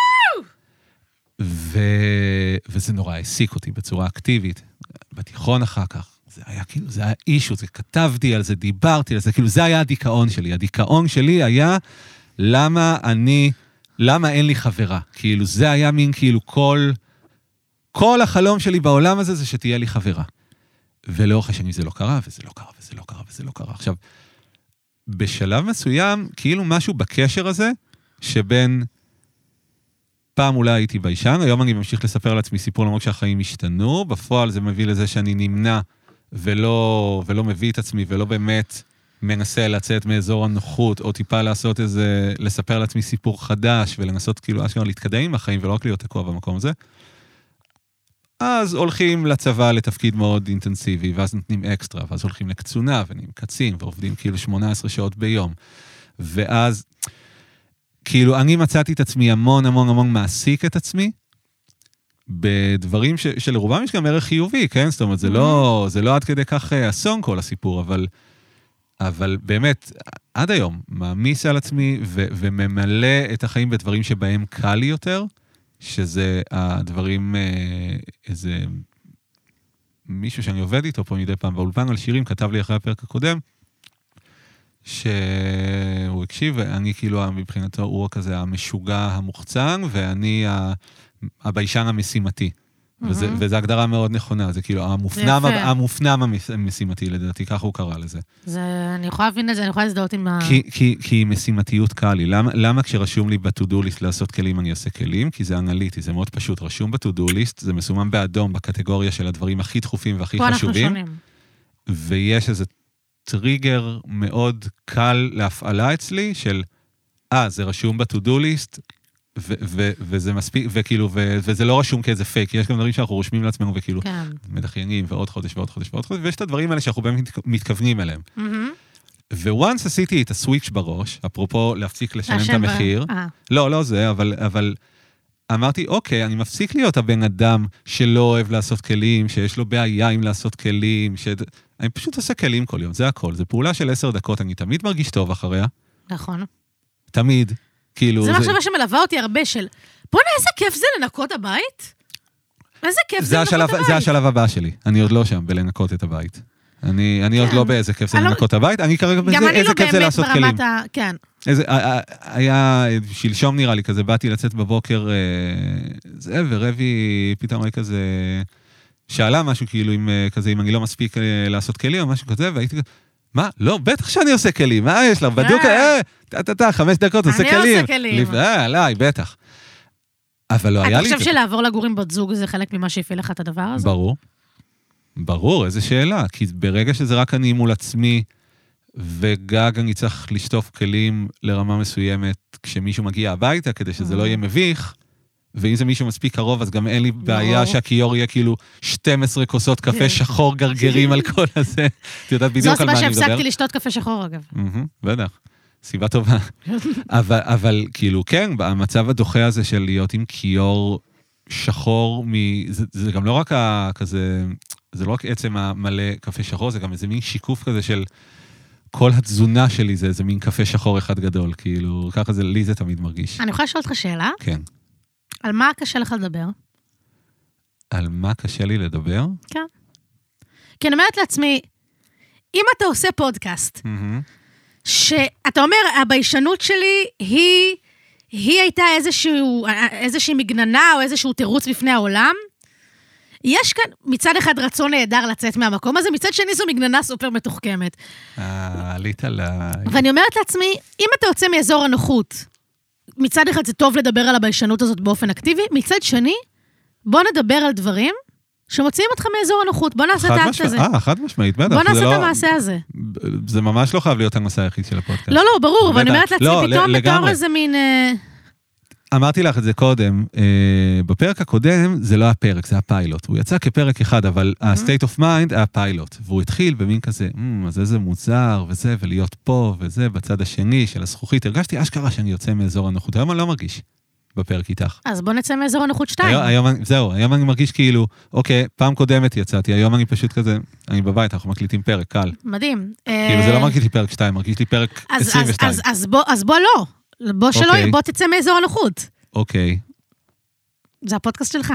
וזה נורא העסיק אותי בצורה אקטיבית. בתיכון אחר כך, זה היה כאילו, זה היה אישו, זה כתבתי על זה, דיברתי על זה, כאילו זה היה הדיכאון שלי. הדיכאון שלי היה, למה אין לי חברה? כאילו זה היה מין כאילו כל החלום שלי בעולם הזה זה שתהיה לי חברה. ולאורך השנים זה לא קרה, וזה לא קרה, וזה לא קרה, וזה לא קרה. עכשיו, בשלב מסוים, כאילו משהו בקשר הזה, שבין פעם אולי הייתי ביישן, היום אני ממשיך לספר לעצמי סיפור למרות שהחיים השתנו, בפועל זה מביא לזה שאני נמנע, ולא מביא את עצמי, ולא באמת מנסה לצאת מאזור הנוחות, או טיפה לעשות לספר לעצמי סיפור חדש, ולנסות כאילו אשכרה להתקדם עם החיים, ולא רק להיות תקוע במקום הזה. אז הולכים לצבא לתפקיד מאוד אינטנסיבי, ואז נותנים אקסטרה, ואז הולכים לקצונה, ונהיים קצין, ועובדים כאילו 18 שעות ביום. ואז, כאילו, אני מצאתי את עצמי המון מעסיק את עצמי, בדברים שלרובם יש גם ערך חיובי, כן? זאת אומרת, זה לא עד כדי כך אסון כל הסיפור, אבל באמת, עד היום, מעמיס על עצמי, וממלא את החיים בדברים שבהם קל לי יותר, שזה הדברים, איזה מישהו שאני עובד איתו פה מדי פעם באולפן על שירים, כתב לי אחרי הפרק הקודם, שהוא הקשיב, ואני כאילו, מבחינתו, הוא כזה המשוגע המוחצן, ואני הביישן המשימתי. וזו הגדרה מאוד נכונה, זה כאילו המופנם המשימתי, לדעתי, ככה הוא קרא לזה. אני יכולה להבין את זה, אני יכולה להזדהות עם כי משימתיות קל לי. למה כשרשום לי ב-to-do list לעשות כלים, אני עושה כלים? כי זה אנליטי, זה מאוד פשוט. רשום ב-to-do list, זה מסומן באדום, בקטגוריה של הדברים הכי דחופים והכי חשובים. ויש איזה טריגר מאוד קל להפעלה אצלי, של, זה רשום ב-to-do list, וזה מספיק, וכאילו, וזה לא רשום כאיזה פייק, יש גם דברים שאנחנו רושמים לעצמנו, וכאילו, מדחיינים, ועוד חודש, ועוד חודש, ועוד חודש, ויש את הדברים האלה שאנחנו באמת מתכוונים אליהם. וואנס עשיתי את הסוויץ' בראש, אפרופו להפסיק לשלם את המחיר, לא זה, אבל אמרתי, אוקיי, אני מפסיק להיות הבן אדם שלא אוהב לעשות כלים, שיש לו בעיה עם לעשות כלים, אני פשוט עושה כלים כל יום, זה הכל, זה פעולה של 10 דקות, אני תמיד מרגיש טוב אחריה. נכון. תמיד. זה מחשבה שמלווה אותי הרבה של, בוא'נה, איזה כיף זה לנקות הבית? איזה כיף זה לנקות הבית? זה השלב הבא שלי. אני עוד לא שם בלנקות את הבית. אני עוד לא באיזה כיף זה לנקות הבית, אני כרגע בזה, איזה כיף זה לעשות כלים. כן. היה, שלשום נראה לי כזה, באתי לצאת בבוקר, ורבי פתאום היה כזה, שאלה משהו כאילו, אם אני לא מספיק לעשות כלים או משהו כזה, והייתי כזה, מה? לא, בטח שאני עושה כלים, מה יש לה? בדיוק, 5 דקות עושה כלים. אני עושה כלים. עליי, בטח. אבל לא היה לי... אתה חושב שלעבור לגור עם בת זוג זה חלק ממה שהפעיל לך את הדבר הזה? ברור, איזו שאלה. כי ברגע שזה רק אני מול עצמי, וגג אני צריך לשטוף כלים לרמה מסוימת, כשמישהו מגיע הביתה, כדי שזה לא יהיה מביך, ואם זה מישהו מספיק קרוב, אז גם אין לי בעיה שהכיור יהיה כאילו 12 כוסות קפה שחור גרגרים על כל הזה. את יודעת בדיוק על מה אני מדבר. זו הסיבה שהפסקתי לשתות קפה שחור, אגב. בטח, סיבה טובה. אבל כאילו כן, המצב הדוחה הזה של להיות עם כיור שחור, זה גם לא רק כזה, זה לא רק עצם המלא קפה שחור, זה גם איזה מין שיקוף כזה של כל התזונה שלי, זה איזה מין קפה שחור אחד גדול, כאילו, ככה זה, לי זה תמיד מרגיש. אני יכולה לשאול אותך שאלה? כן. על מה קשה לך לדבר? על מה קשה לי לדבר? כן. כי אני אומרת לעצמי, אם אתה עושה פודקאסט, שאתה אומר, הביישנות שלי היא הייתה איזושהי מגננה או איזשהו תירוץ בפני העולם, יש כאן מצד אחד רצון נהדר לצאת מהמקום הזה, מצד שני זו מגננה סופר מתוחכמת. עלית עליי. ואני אומרת לעצמי, אם אתה יוצא מאזור הנוחות, מצד אחד זה טוב לדבר על הביישנות הזאת באופן אקטיבי, מצד שני, בוא נדבר על דברים שמוציאים אותך מאזור הנוחות, בוא נעשה את האקט הזה. חד משמעית, בטח. בוא נעשה את המעשה הזה. זה ממש לא חייב להיות הנושא היחיד של הפודקאסט. לא, ברור, ואני אומרת לעצמי, פתאום בתור איזה מין... אמרתי לך את זה קודם, בפרק הקודם זה לא הפרק, זה הפיילוט. הוא יצא כפרק אחד, אבל ה-state of mind היה פיילוט. והוא התחיל במין כזה, אז איזה מוזר וזה, ולהיות פה וזה, בצד השני של הזכוכית. הרגשתי אשכרה שאני יוצא מאזור הנוחות. היום אני לא מרגיש בפרק איתך. אז בוא נצא מאזור הנוחות 2. זהו, היום אני מרגיש כאילו, אוקיי, פעם קודמת יצאתי, היום אני פשוט כזה, אני בבית, אנחנו מקליטים פרק, קל. מדהים. כאילו זה לא מרגיש לי פרק 2, מרגיש לי פרק 22. אז בוא לא. בוא תצא מאזור הנוחות. אוקיי. זה הפודקאסט שלך.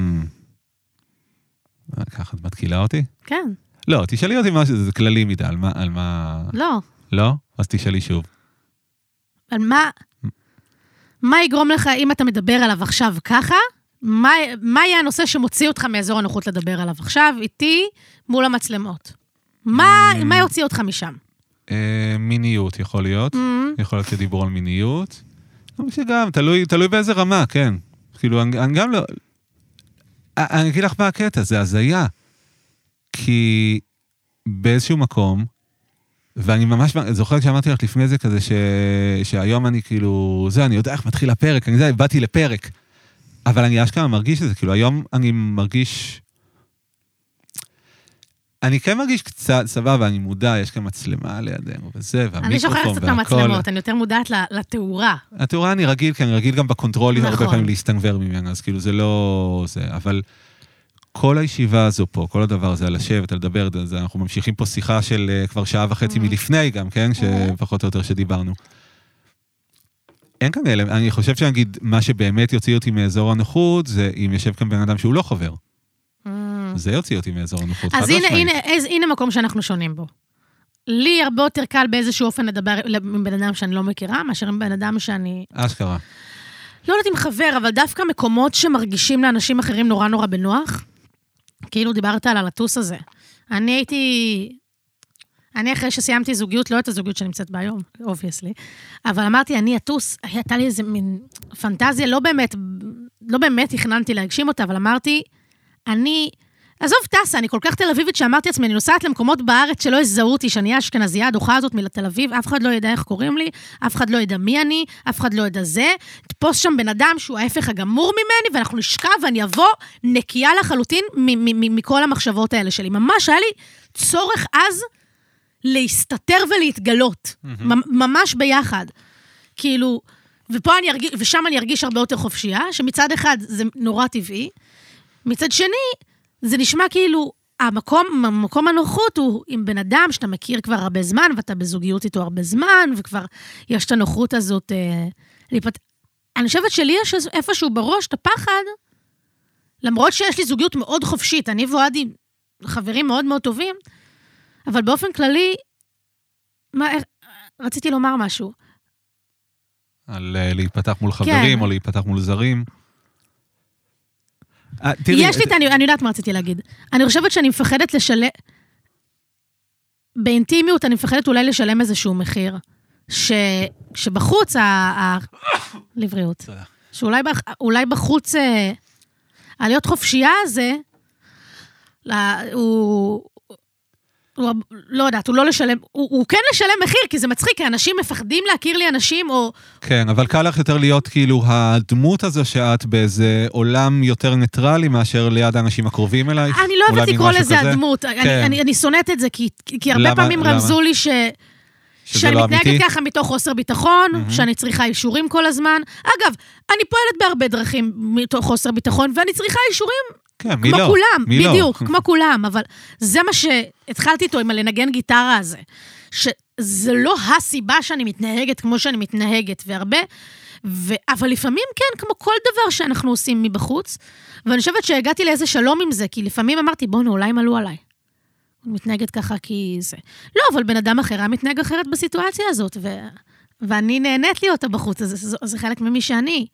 ככה, את מתקילה אותי? כן. לא, תשאלי אותי משהו, זה כללי מדי, על מה... לא. לא? אז תשאלי שוב. על מה יגרום לך, אם אתה מדבר עליו עכשיו ככה, מה יהיה הנושא שמוציא אותך מאזור הנוחות לדבר עליו עכשיו, איתי, מול המצלמות? מה יוציא אותך משם? מיניות יכול להיות. יכול להיות שדיבור על מיניות. שגם, תלוי באיזה רמה, כן. כאילו, אני גם לא... אני אגיד לך מה הקטע, זה הזיה. כי באיזשהו מקום, ואני ממש זוכר כשאמרתי לך לפני זה כזה, שהיום אני כאילו, אני יודע איך מתחיל הפרק, באתי לפרק. אבל אני אשכרה מרגיש את זה, כאילו, היום אני מרגיש... אני כן מרגיש קצת סבבה, אני מודע, יש כאן מצלמה לידינו, וזה, והמיקרופון, אני שוכחת את המצלמות, אני יותר מודעת לתאורה. התאורה אני רגיל, כי אני רגיל גם בקונטרול, הרבה פעמים להסתנבר ממנה, אז כאילו זה לא זה, אבל כל הישיבה הזו פה, כל הדבר הזה, על לשבת, על לדבר, אנחנו ממשיכים פה שיחה של כבר שעה וחצי מלפני גם, כן? שפחות או יותר שדיברנו. אין כאן אלה, אני חושב שנגיד, מה שבאמת יוציא אותי מאזור הנוחות, זה אם יושב כאן בן אדם שהוא לא חבר. זה יוציא אותי מאזור הנוחות. אז הנה מקום שאנחנו שונים בו. לי הרבה יותר קל באיזשהו אופן לדבר עם בן אדם שאני לא מכירה, מאשר עם בן אדם שאני... אשכרה. לא יודעת אם חבר, אבל דווקא מקומות שמרגישים לאנשים אחרים נורא נורא בנוח, כאילו דיברת על הלטוס הזה. אני אחרי שסיימתי זוגיות, לא את הזוגיות שנמצאת בה היום, obviously, אבל אמרתי, אני אטוס, הייתה לי איזה מין פנטזיה, לא באמת תכננתי להגשים אותה, אבל אמרתי, עזוב טסה, אני כל כך תל אביבית שאמרתי לעצמי, אני נוסעת למקומות בארץ שלא יזהו אותי, שאני אשכנזייה הדוחה הזאת מתל אביב, אף אחד לא ידע איך קוראים לי, אף אחד לא ידע מי אני, אף אחד לא ידע זה, תפוס שם בן אדם שהוא ההפך הגמור ממני, ואנחנו נשכב ואני אבוא נקייה לחלוטין מכל המחשבות האלה שלי. ממש היה לי צורך אז להסתתר ולהתגלות, ממש ביחד. כאילו, ושם אני ארגיש הרבה יותר חופשייה, שמצד אחד זה נורא טבעי, מצד שני, זה נשמע כאילו, המקום הנוחות הוא עם בן אדם שאתה מכיר כבר הרבה זמן, ואתה בזוגיות איתו הרבה זמן, וכבר יש את הנוחות הזאת. אני חושבת שלי יש איפשהו בראש את הפחד, למרות שיש לי זוגיות מאוד חופשית, אני ואוהדי חברים מאוד מאוד טובים, אבל באופן כללי, רציתי לומר משהו. על להיפתח מול חברים, או להיפתח מול זרים. יש לי, אני יודעת מה רציתי להגיד. אני חושבת שאני מפחדת באינטימיות, אני מפחדת אולי לשלם איזשהו מחיר, שבחוץ, לבריאות, שאולי בחוץ, להיות חופשייה הזה, לא יודעת, הוא לא לשלם, הוא כן לשלם מחיר, כי זה מצחיק, כי אנשים מפחדים להכיר לי אנשים, או... כן, אבל קל לך יותר להיות כאילו הדמות הזו שאת באיזה עולם יותר ניטרלי, מאשר ליד האנשים הקרובים אלייך. אני לא אוהבת לקרוא לזה הדמות, אני שונאת את זה, כי הרבה פעמים רמזו לי שאני מתנהגת ככה מתוך חוסר ביטחון, שאני צריכה אישורים כל הזמן. אגב, אני פועלת בהרבה דרכים מתוך חוסר ביטחון, ואני צריכה אישורים כמו כולם, בדיוק, כמו כולם, אבל זה מה שהתחלתי איתו עם הלנגן גיטרה הזה, שזה לא הסיבה שאני מתנהגת כמו שאני מתנהגת, אבל לפעמים כן, כמו כל דבר שאנחנו עושים מבחוץ, ואני חושבת שהגעתי לאיזה שלום עם זה, כי לפעמים אמרתי, בואו, אולי הם עלו עליי. הוא מתנהגת ככה כי זה... לא, אבל בן אדם אחר מתנהג אחרת בסיטואציה הזאת, ואני נהנית להיות בחוץ, זה חלק ממי שאני.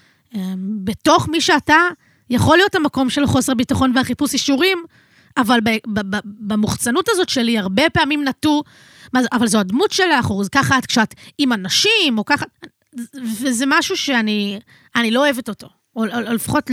בתוך מי שאתה, יכול להיות המקום של חוסר ביטחון והחיפוש אישורים, אבל במוחצנות הזאת שלי, הרבה פעמים נטו, אבל זו הדמות שלך, או ככה את כשאת עם אנשים, או ככה, וזה משהו שאני לא אוהבת אותו, או לפחות,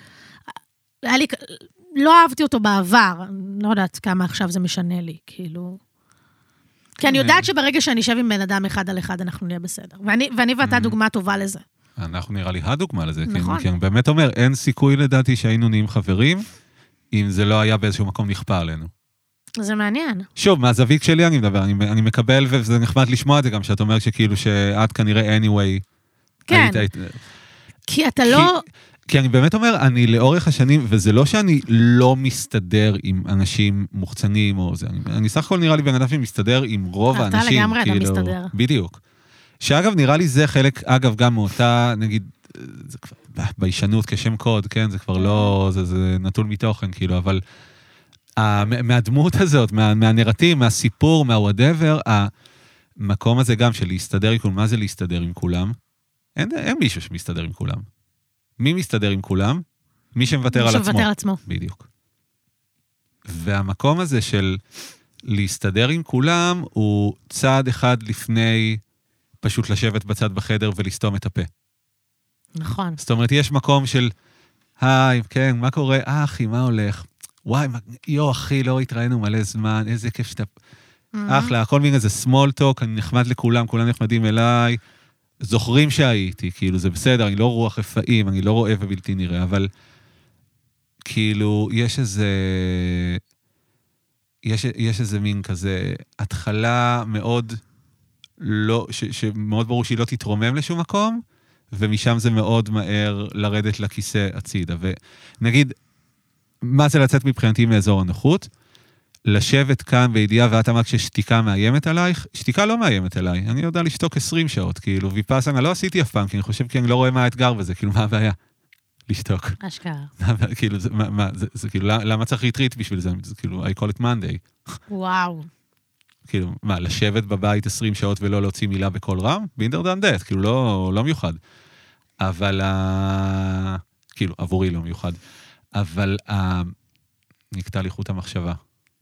היה לי... לא אהבתי אותו בעבר, לא יודעת כמה עכשיו זה משנה לי, כאילו... כי אני יודעת שברגע שאני אשב עם בן אדם אחד על אחד, אנחנו נהיה בסדר. ואני ואתה דוגמה טובה לזה. אנחנו נראה לי הדוגמה לזה, כי אני באמת אומר, אין סיכוי לדעתי שהיינו נהיים חברים, אם זה לא היה באיזשהו מקום נכפה עלינו. זה מעניין. שוב, מהזווית שלי אני מדבר, אני מקבל, וזה נחמד לשמוע את זה גם, שאת אומרת שכאילו שאת כנראה anyway... כן, כי אתה לא... כי אני באמת אומר, אני לאורך השנים, וזה לא שאני לא מסתדר עם אנשים מוחצנים או זה, אני סך הכל נראה לי בן אדם שמסתדר עם רוב האנשים. אתה לגמרי אתה מסתדר. בדיוק. שאגב, נראה לי זה חלק, אגב, גם מאותה, נגיד, זה כבר, בישנות כשם קוד, כן, זה כבר לא, זה נטול מתוכן, כאילו, אבל מהדמות הזאת, מהנרטיב, מהסיפור, מהוואטאבר, המקום הזה גם של להסתדר עם כולם, מה זה להסתדר עם כולם? אין מישהו שמסתדר עם כולם. מי מסתדר עם כולם? מי שמוותר על עצמו. שמוותר על עצמו. בדיוק. והמקום הזה של להסתדר עם כולם, הוא צעד אחד לפני פשוט לשבת בצד בחדר ולסתום את הפה. נכון. זאת אומרת, יש מקום של, היי, כן, מה קורה? אחי, מה הולך? וואי, אחי, לא התראינו מלא זמן, איזה כיף שאתה... אחלה, כל מיני, זה small talk, אני נחמד לכולם, כולם נחמדים אליי, זוכרים שהייתי, כאילו, זה בסדר, אני לא רוח רפאים, אני לא רואה ובלתי נראה, אבל כאילו, יש איזה מין כזה, התחלה מאוד לא, שמאוד ברור שהיא לא תתרומם לשום מקום, ומשם זה מאוד מהר לרדת לכיסא הצידה. ונגיד, מה זה לצאת מבחינתי מאזור הנוחות? לשבת כאן בידיעה, ואת אמרת ששתיקה מאיימת עלייך, שתיקה לא מאיימת עליי, אני יודע לשתוק 20 שעות, כאילו, ויפאסנה לא עשיתי אף פעם, כי אני חושב כי אני לא רואה מה האתגר בזה, כאילו, מה הבעיה? לשתוק. אשכרה. כאילו, זה כאילו, למה צריך ריטריט בשביל זה? זה כאילו, I call it Monday. וואו. כאילו, מה, לשבת בבית 20 שעות ולא להוציא מילה בכל רם? בינדר דן דט, כאילו, לא מיוחד. אבל, כאילו, עבורי לא מיוחד. אבל, נקטע לי חוט המחשבה.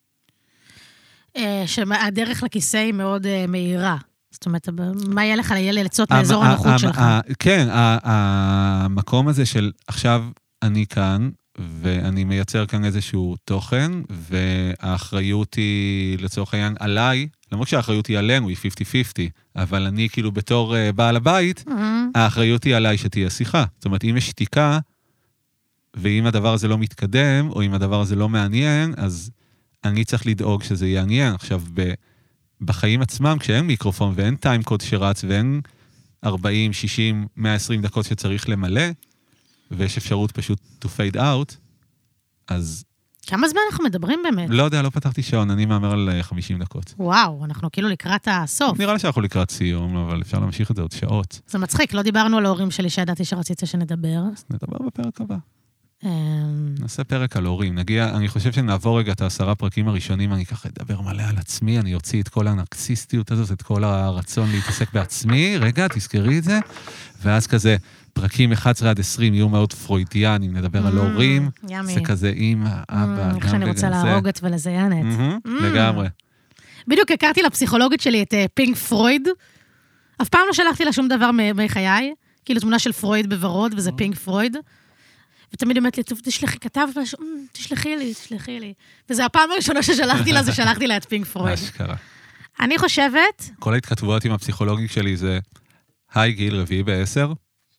שהדרך לכיסא היא מאוד מהירה. זאת אומרת, מה יהיה לך לילד לצאת לאזור הנוחות שלך? כן, המקום הזה של עכשיו אני כאן, ואני מייצר כאן איזשהו תוכן, והאחריות היא לצורך העניין עליי, למרות שהאחריות היא עלינו, היא 50-50, אבל אני כאילו בתור בעל הבית, האחריות היא עליי שתהיה שיחה. זאת אומרת, אם יש שתיקה, ואם הדבר הזה לא מתקדם, או אם הדבר הזה לא מעניין, אז אני צריך לדאוג שזה יעניין. עכשיו, בחיים עצמם, כשאין מיקרופון ואין טיימקוד שרץ, ואין 40, 60, 120 דקות שצריך למלא, ויש אפשרות פשוט to fade out, אז... כמה זמן אנחנו מדברים באמת? לא יודע, לא פתחתי שעון, אני מאמר על 50 דקות. וואו, אנחנו כאילו לקראת הסוף. נראה לי שאנחנו לקראת סיום, אבל אפשר להמשיך את זה עוד שעות. זה מצחיק, לא דיברנו על ההורים שלי שידעתי שרצית שנדבר. אז נדבר בפרק הבא. נעשה פרק על הורים. נגיע, אני חושב שנעבור רגע את 10 פרקים הראשונים, אני ככה אדבר מלא על עצמי, אני אוציא את כל הנרקסיסטיות הזאת, את כל הרצון להתעסק בעצמי, רגע, תזכרי את זה, ואז כזה, פרקים 11 עד 20 יהיו מאוד פרוידיאנים, נדבר על הורים, זה כזה אמא, אבא, איך שאני רוצה להרוגת ולזיינת. לגמרי. בדיוק הכרתי לפסיכולוגית שלי את פינק פרויד, אף פעם לא שלחתי לה שום דבר מחיי, כאילו תמונה של פרויד בוורוד, וזה פינק פרויד, ותמיד אומרת לי, טוב, תשלחי, כתב משהו, תשלחי לי. וזה הפעם הראשונה ששלחתי לה, זה שלחתי לה את פינק פרויד. אשכרה. אני חושבת... כל ההתכתבויות עם הפסיכולוגית שלי זה, היי גיל, 4:10.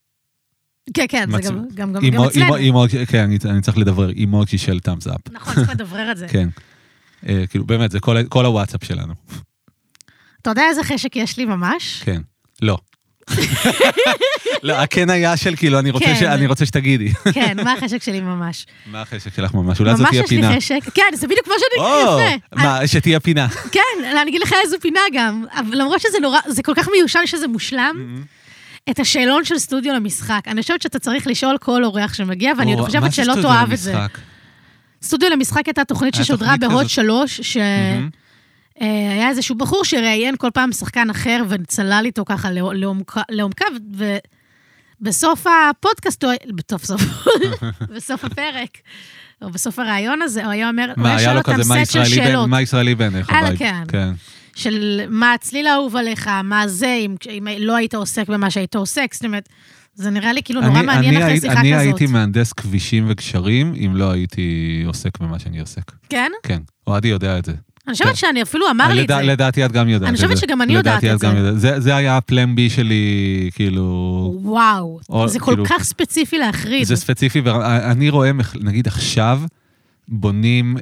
כן, זה גם אצלנו. כן, אני צריך לדבר, אימוג'י של תאמס אפ. נכון, צריך לדברר את זה. כן. כאילו, באמת, זה כל הוואטסאפ שלנו. אתה יודע איזה חשק יש לי ממש? כן. לא. לא, הכן היה של כאילו, אני רוצה שתגידי. כן, מה החשק שלי ממש? מה החשק שלך ממש? אולי זאת תהיה פינה. ממש יש לי חשק, כן, זה בדיוק כמו שאני יפה. מה, שתהיה פינה. כן, אני אגיד לך איזו פינה גם, למרות שזה נורא, זה כל כך מיושן שזה מושלם, את השאלון של סטודיו למשחק. אני חושבת שאתה צריך לשאול כל אורח שמגיע, ואני חושבת שלא תאהב את זה. סטודיו למשחק הייתה תוכנית ששודרה בהוט 3, היה איזשהו בחור שראיין כל פעם שחקן אחר, וצלל איתו ככה לעומקה, ובסוף הפודקאסט, בסוף הפרק, או בסוף הרעיון הזה, הוא היה אומר, מה, היה לו כזה, מה ישראלי בעיניך? כן. של מה הצליל האהוב עליך, מה זה, אם לא היית עוסק במה שהיית עוסק, זאת אומרת, זה נראה לי כאילו נורא מעניין אחרי שיחה כזאת. אני הייתי מהנדס כבישים וגשרים, אם לא הייתי עוסק במה שאני עוסק. כן? כן, אוהדי יודע את זה. אני חושבת שאני אפילו אמר לי את זה. לדעתי את גם יודעת את זה. אני חושבת שגם אני יודעת את זה. זה היה הפלן בי שלי, כאילו... וואו, זה כל כך ספציפי להחריד. זה ספציפי, ואני רואה, נגיד עכשיו, בונים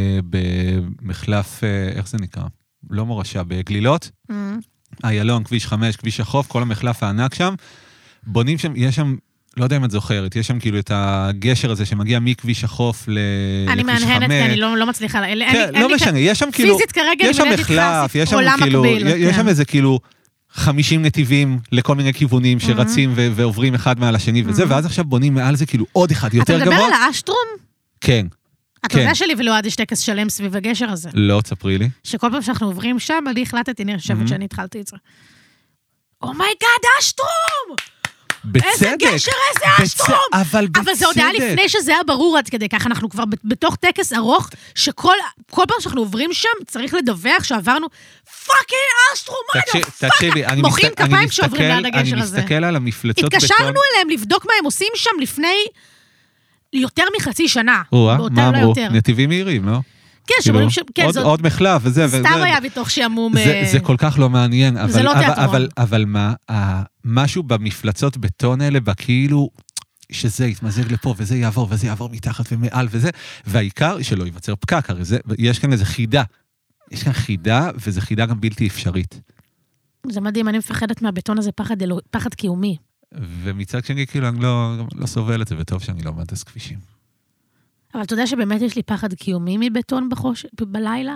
במחלף, איך זה נקרא? לא מורשה, בגלילות, איילון, כביש 5, כביש החוף, כל המחלף הענק שם, בונים שם, יש שם, לא יודע אם את זוכרת, יש שם כאילו את הגשר הזה שמגיע מכביש החוף לכביש 5. אני מהנהנת, כי אני לא מצליחה. כן, לא משנה, יש שם כאילו, פיזית כרגע, יש שם מחלף, יש שם כאילו, יש שם איזה כאילו 50 נתיבים לכל מיני כיוונים שרצים ועוברים אחד מעל השני וזה, ואז עכשיו בונים מעל זה כאילו עוד אחד יותר גבוה. אתה מדבר על האשטרום? כן. אתה יודע שלי ולועד יש טקס שלם סביב הגשר הזה. לא, תספרי לי. שכל פעם שאנחנו עוברים שם, אני החלטתי, אני חושבת שאני התחלתי את זה. אומייגאד, אשטרום! בצדק. איזה גשר, איזה אשטרום! אבל בצדק. אבל זה עוד היה לפני שזה היה ברור עד כדי כך, אנחנו כבר בתוך טקס ארוך, שכל פעם שאנחנו עוברים שם, צריך לדווח שעברנו פאקינג אשטרום, תקשיבי, מוחאים כפיים שעוברים ליד הגשר הזה. אני מסתכל על המפלצות בטון. התקשרנו אליהם לבדוק מה הם עושים שם לפני יותר מחצי שנה. מה אמרו? נתיבים מהירים, לא? כן, שאומרים ש... עוד מחלף וזה. סתם היה בתוך שעמום... זה כל כך לא מעניין. זה לא תיאטרון. אבל מה, משהו במפלצות בטון האלה, בכאילו, שזה יתמזג לפה, וזה יעבור, וזה יעבור מתחת ומעל, וזה, והעיקר שלא ייווצר פקק, הרי יש כאן איזו חידה. יש כאן חידה, וזו חידה גם בלתי אפשרית. זה מדהים, אני מפחדת מהבטון הזה פחד קיומי. ומצד שני, כאילו, אני לא סובל את זה, וטוב שאני לא מהנדס כבישים. אבל אתה יודע שבאמת יש לי פחד קיומי מבטון בלילה?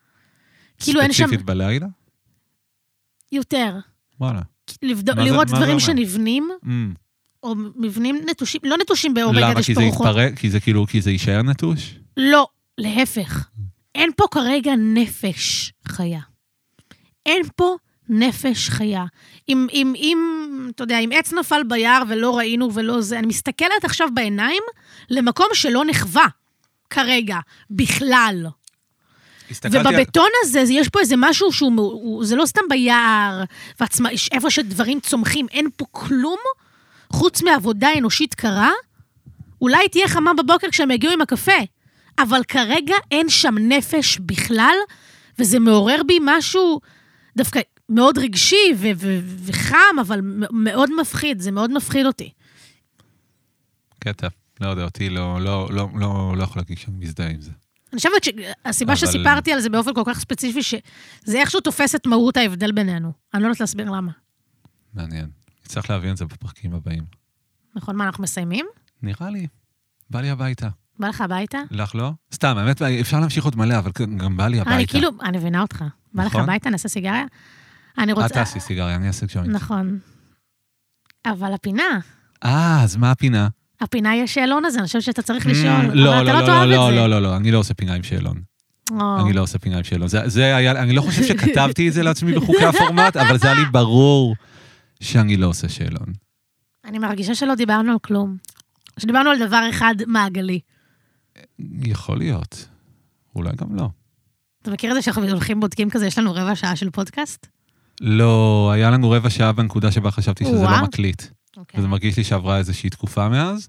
ספציפית בלילה? יותר. וואלה. לראות דברים שנבנים, או מבנים נטושים, לא נטושים באורגד, למה? כי זה יתפרק? כי זה יישאר נטוש? לא, להפך. אין פה כרגע נפש חיה. אין פה נפש חיה. אתה יודע, אם עץ נפל ביער ולא ראינו ולא זה, אני מסתכלת עכשיו בעיניים למקום שלא נחווה כרגע, בכלל. ובבטון הזה, יש פה איזה משהו זה לא סתם ביער, איפה שדברים צומחים, אין פה כלום, חוץ מעבודה אנושית קרה, אולי תהיה חמה בבוקר כשהם יגיעו עם הקפה, אבל כרגע אין שם נפש בכלל, וזה מעורר בי משהו דווקא מאוד רגשי וחם, אבל מאוד מפחיד, זה מאוד מפחיד אותי. קטע, לא יודע, אותי לא יכול להגיד שאני מזדהה עם זה. אני חושבת שהסיבה שסיפרתי על זה באופן כל כך ספציפי, שזה איכשהו תופס את מהות ההבדל בינינו. אני לא יודעת להסביר למה. מעניין. צריך להבין את זה בפרקים הבאים. נכון, מה, אנחנו מסיימים? נראה לי. בא לי הביתה. בא לך הביתה? לך לא? סתם, האמת, אפשר להמשיך עוד מלא, אבל גם בא לי הביתה. אני מבינה אותך. בא לך הביתה, נעשה סיגריה? את תעשי סיגריה, אני אעשה ג'וינט. נכון. אבל הפינה... אז מה הפינה? הפינה היא השאלון הזה, אני חושבת שאתה צריך לשאול. לא, אני לא עושה פינה עם שאלון. אני לא עושה פינה עם שאלון. אני לא חושב שכתבתי את זה לעצמי בחוקי הפורמט, אבל זה היה לי ברור שאני לא עושה שאלון. אני מרגישה שלא דיברנו על כלום. שדיברנו על דבר אחד מעגלי. יכול להיות. אולי גם לא. אתה מכיר את זה שאנחנו הולכים בודקים כזה, יש לנו רבע שעה של פודקאסט? לא, היה לנו רבע שעה בנקודה שבה חשבתי שזה לא מקליט. וזה מרגיש לי שעברה איזושהי תקופה מאז.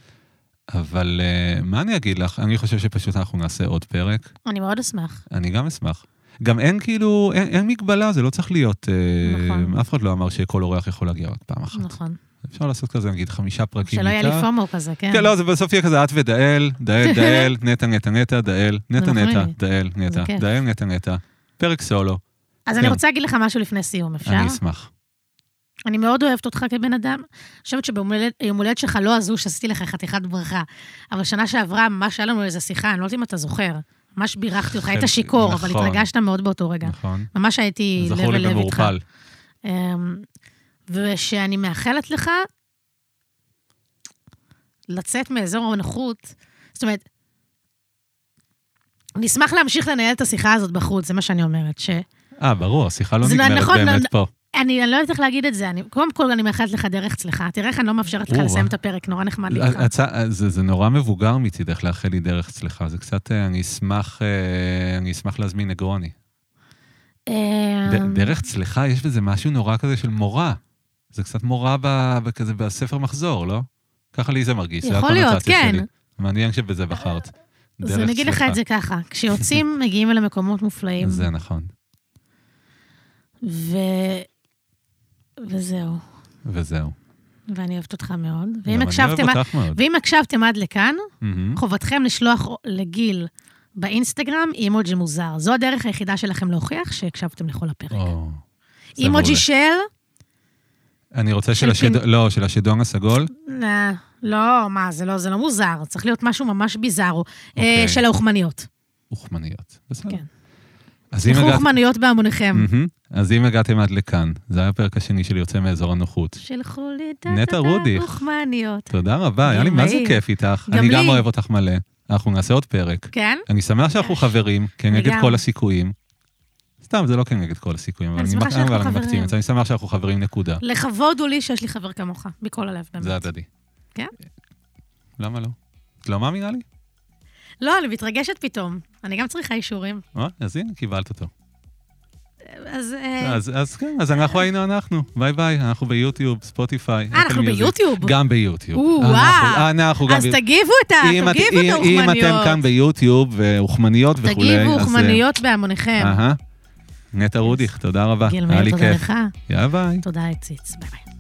אבל מה אני אגיד לך? אני חושב שפשוט אנחנו נעשה עוד פרק. אני מאוד אשמח. אני גם אשמח. גם אין כאילו, אין מגבלה, זה לא צריך להיות... נכון. אף אחד לא אמר שכל אורח יכול להגיע רק פעם אחת. נכון. אפשר לעשות כזה, נגיד, 5 פרקים. שלא יהיה לי פומו כזה, כן. כן, לא, זה בסוף יהיה כזה, את ודאל, דאל, נטע, דאל, נטע, דאל, נטע, דאל, נטע, פרק סולו. אז אני רוצה להגיד לך משהו לפני סיום, אפשר? אני אשמח. אני מאוד אוהבת אותך כבן אדם. אני חושבת שביום הולדת שלך לא עזו שעשיתי לך חתיכת ברכה. אבל שנה שעברה, ממש היה לנו איזו שיחה, אני לא יודעת אם אתה זוכר. ממש בירכתי אותך, היית שיקור, אבל התרגשת מאוד באותו רגע. נכון. ממש הייתי לב אל לב איתך. במורפל. ושאני מאחלת לך לצאת מאזור הנוחות. זאת אומרת, נשמח להמשיך לנהל את השיחה הזאת בחוץ, זה מה שאני אומרת. ברור, השיחה לא נגמרת באמת פה. אני לא יודעת איך להגיד את זה, קודם כל אני מאחלת לך דרך צלחה, תראה איך אני לא מאפשרת לך לסיים את הפרק, נורא נחמד לי איתך. זה נורא מבוגר מצידך לאחל לי דרך צלחה, זה קצת, אני אשמח להזמין נגרוני. דרך צלחה, יש בזה משהו נורא כזה של מורה, זה קצת מורה כזה בספר מחזור, לא? ככה לי זה מרגיש, זה הקונוטציה שלי. מעניין שבזה בחרת. אז אני אגיד לך את זה ככה, כשיוצאים מגיעים אל המקומות מופלאים. זה נכון. וזהו. ואני אוהבת אותך מאוד. ואם הקשבתם עד לכאן, חובתכם לשלוח לגיל באינסטגרם אימוג'י מוזר. זו הדרך היחידה שלכם להוכיח שהקשבתם לכל הפרק. אימוג'י של... אני רוצה של השדון הסגול. לא, מה, זה לא מוזר. צריך להיות משהו ממש ביזארו. של האוכמניות. אוכמניות, בסדר. כן. תלכו אוכמניות בהמוניכם. אז אם הגעתם עד לכאן, זה היה הפרק השני של יוצא מאזור הנוחות. שלחו לי נטע רודיך. אוכמניות. תודה רבה, היה לי מה זה כיף איתך. אני גם אוהב אותך מלא. אנחנו נעשה עוד פרק. כן? אני שמח שאנחנו חברים, כנגד כל הסיכויים. סתם, זה לא כנגד כל הסיכויים, אבל אני שמח שאנחנו חברים נקודה. לכבוד הוא לי שיש לי חבר כמוך, בכל הלב באמת. זה הדדי. כן? למה לא? את לא מאמינה לי? לא, אני מתרגשת פתאום. אני גם צריכה אישורים. אז הנה, קיבלת אותו. אז כן, אז אנחנו היינו אנחנו. ביי ביי, אנחנו ביוטיוב, ספוטיפיי. אנחנו ביוטיוב? גם ביוטיוב. וואו. אז תגיבו את האוכמניות. אם אתם כאן ביוטיוב ואוכמניות וכולי. תגיבו אוכמניות בהמוניכם. נטע רודיך, תודה רבה. גיל מאיר, תודה לך. יאללה ביי. תודה, ציץ. ביי ביי.